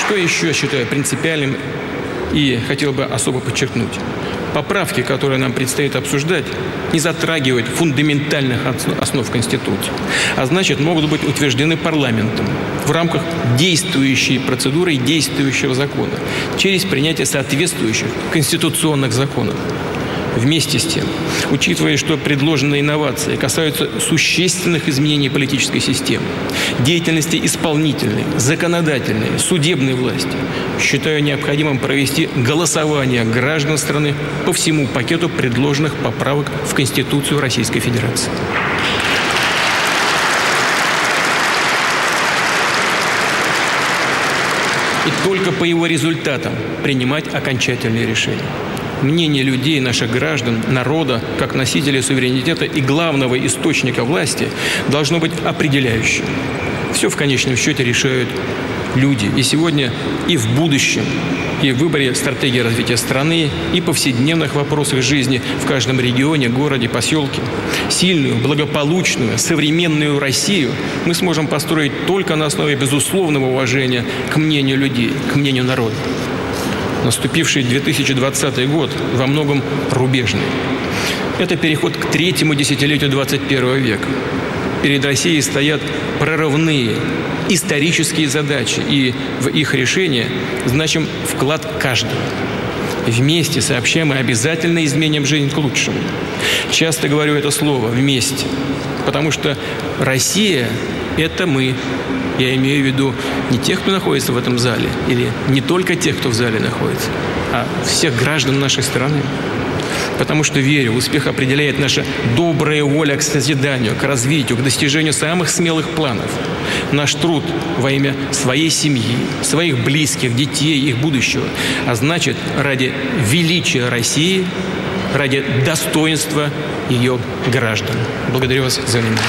Что еще считаю принципиальным и хотел бы особо подчеркнуть? Поправки, которые нам предстоит обсуждать, не затрагивают фундаментальных основ Конституции, а значит, могут быть утверждены парламентом в рамках действующей процедуры и действующего закона через принятие соответствующих конституционных законов. Вместе с тем, учитывая, что предложенные инновации касаются существенных изменений политической системы, деятельности исполнительной, законодательной, судебной власти, считаю необходимым провести голосование граждан страны по всему пакету предложенных поправок в Конституцию Российской Федерации. И только по его результатам принимать окончательные решения. Мнение людей, наших граждан, народа, как носителей суверенитета и главного источника власти, должно быть определяющим. Все в конечном счете решают люди. И сегодня, и в будущем, и в выборе стратегии развития страны, и повседневных вопросах жизни в каждом регионе, городе, поселке. Сильную, благополучную, современную Россию мы сможем построить только на основе безусловного уважения к мнению людей, к мнению народа. Наступивший 2020 год во многом рубежный. Это переход к третьему десятилетию 21 века. Перед Россией стоят прорывные исторические задачи, и в их решение значим вклад каждого. Вместе сообща мы обязательно изменим жизнь к лучшему. Часто говорю это слово «вместе», потому что Россия – это мы. Я имею в виду не тех, кто находится в этом зале, или не только тех, кто в зале находится, а всех граждан нашей страны. Потому что, верю, успех определяет наша добрая воля к созиданию, к развитию, к достижению самых смелых планов. Наш труд во имя своей семьи, своих близких, детей, их будущего. А значит, ради величия России, ради достоинства ее граждан. Благодарю вас за внимание.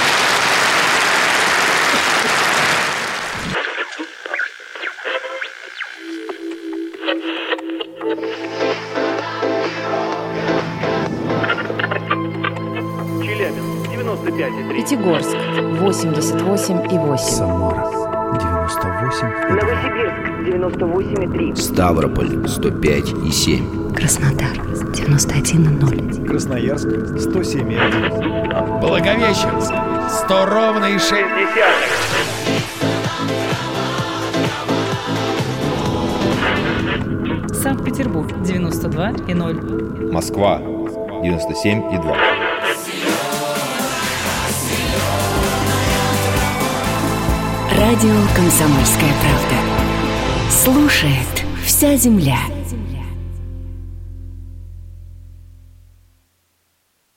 Пятигорск 88,8. Самара 98,2. Новосибирск 98,3. Ставрополь 105,7. Краснодар 91,0. Красноярск 107,1. Благовещенск 100 ровно и 6 десятых. Санкт-Петербург 92,0. Москва 97,2. Радио «Комсомольская правда». Слушает вся земля.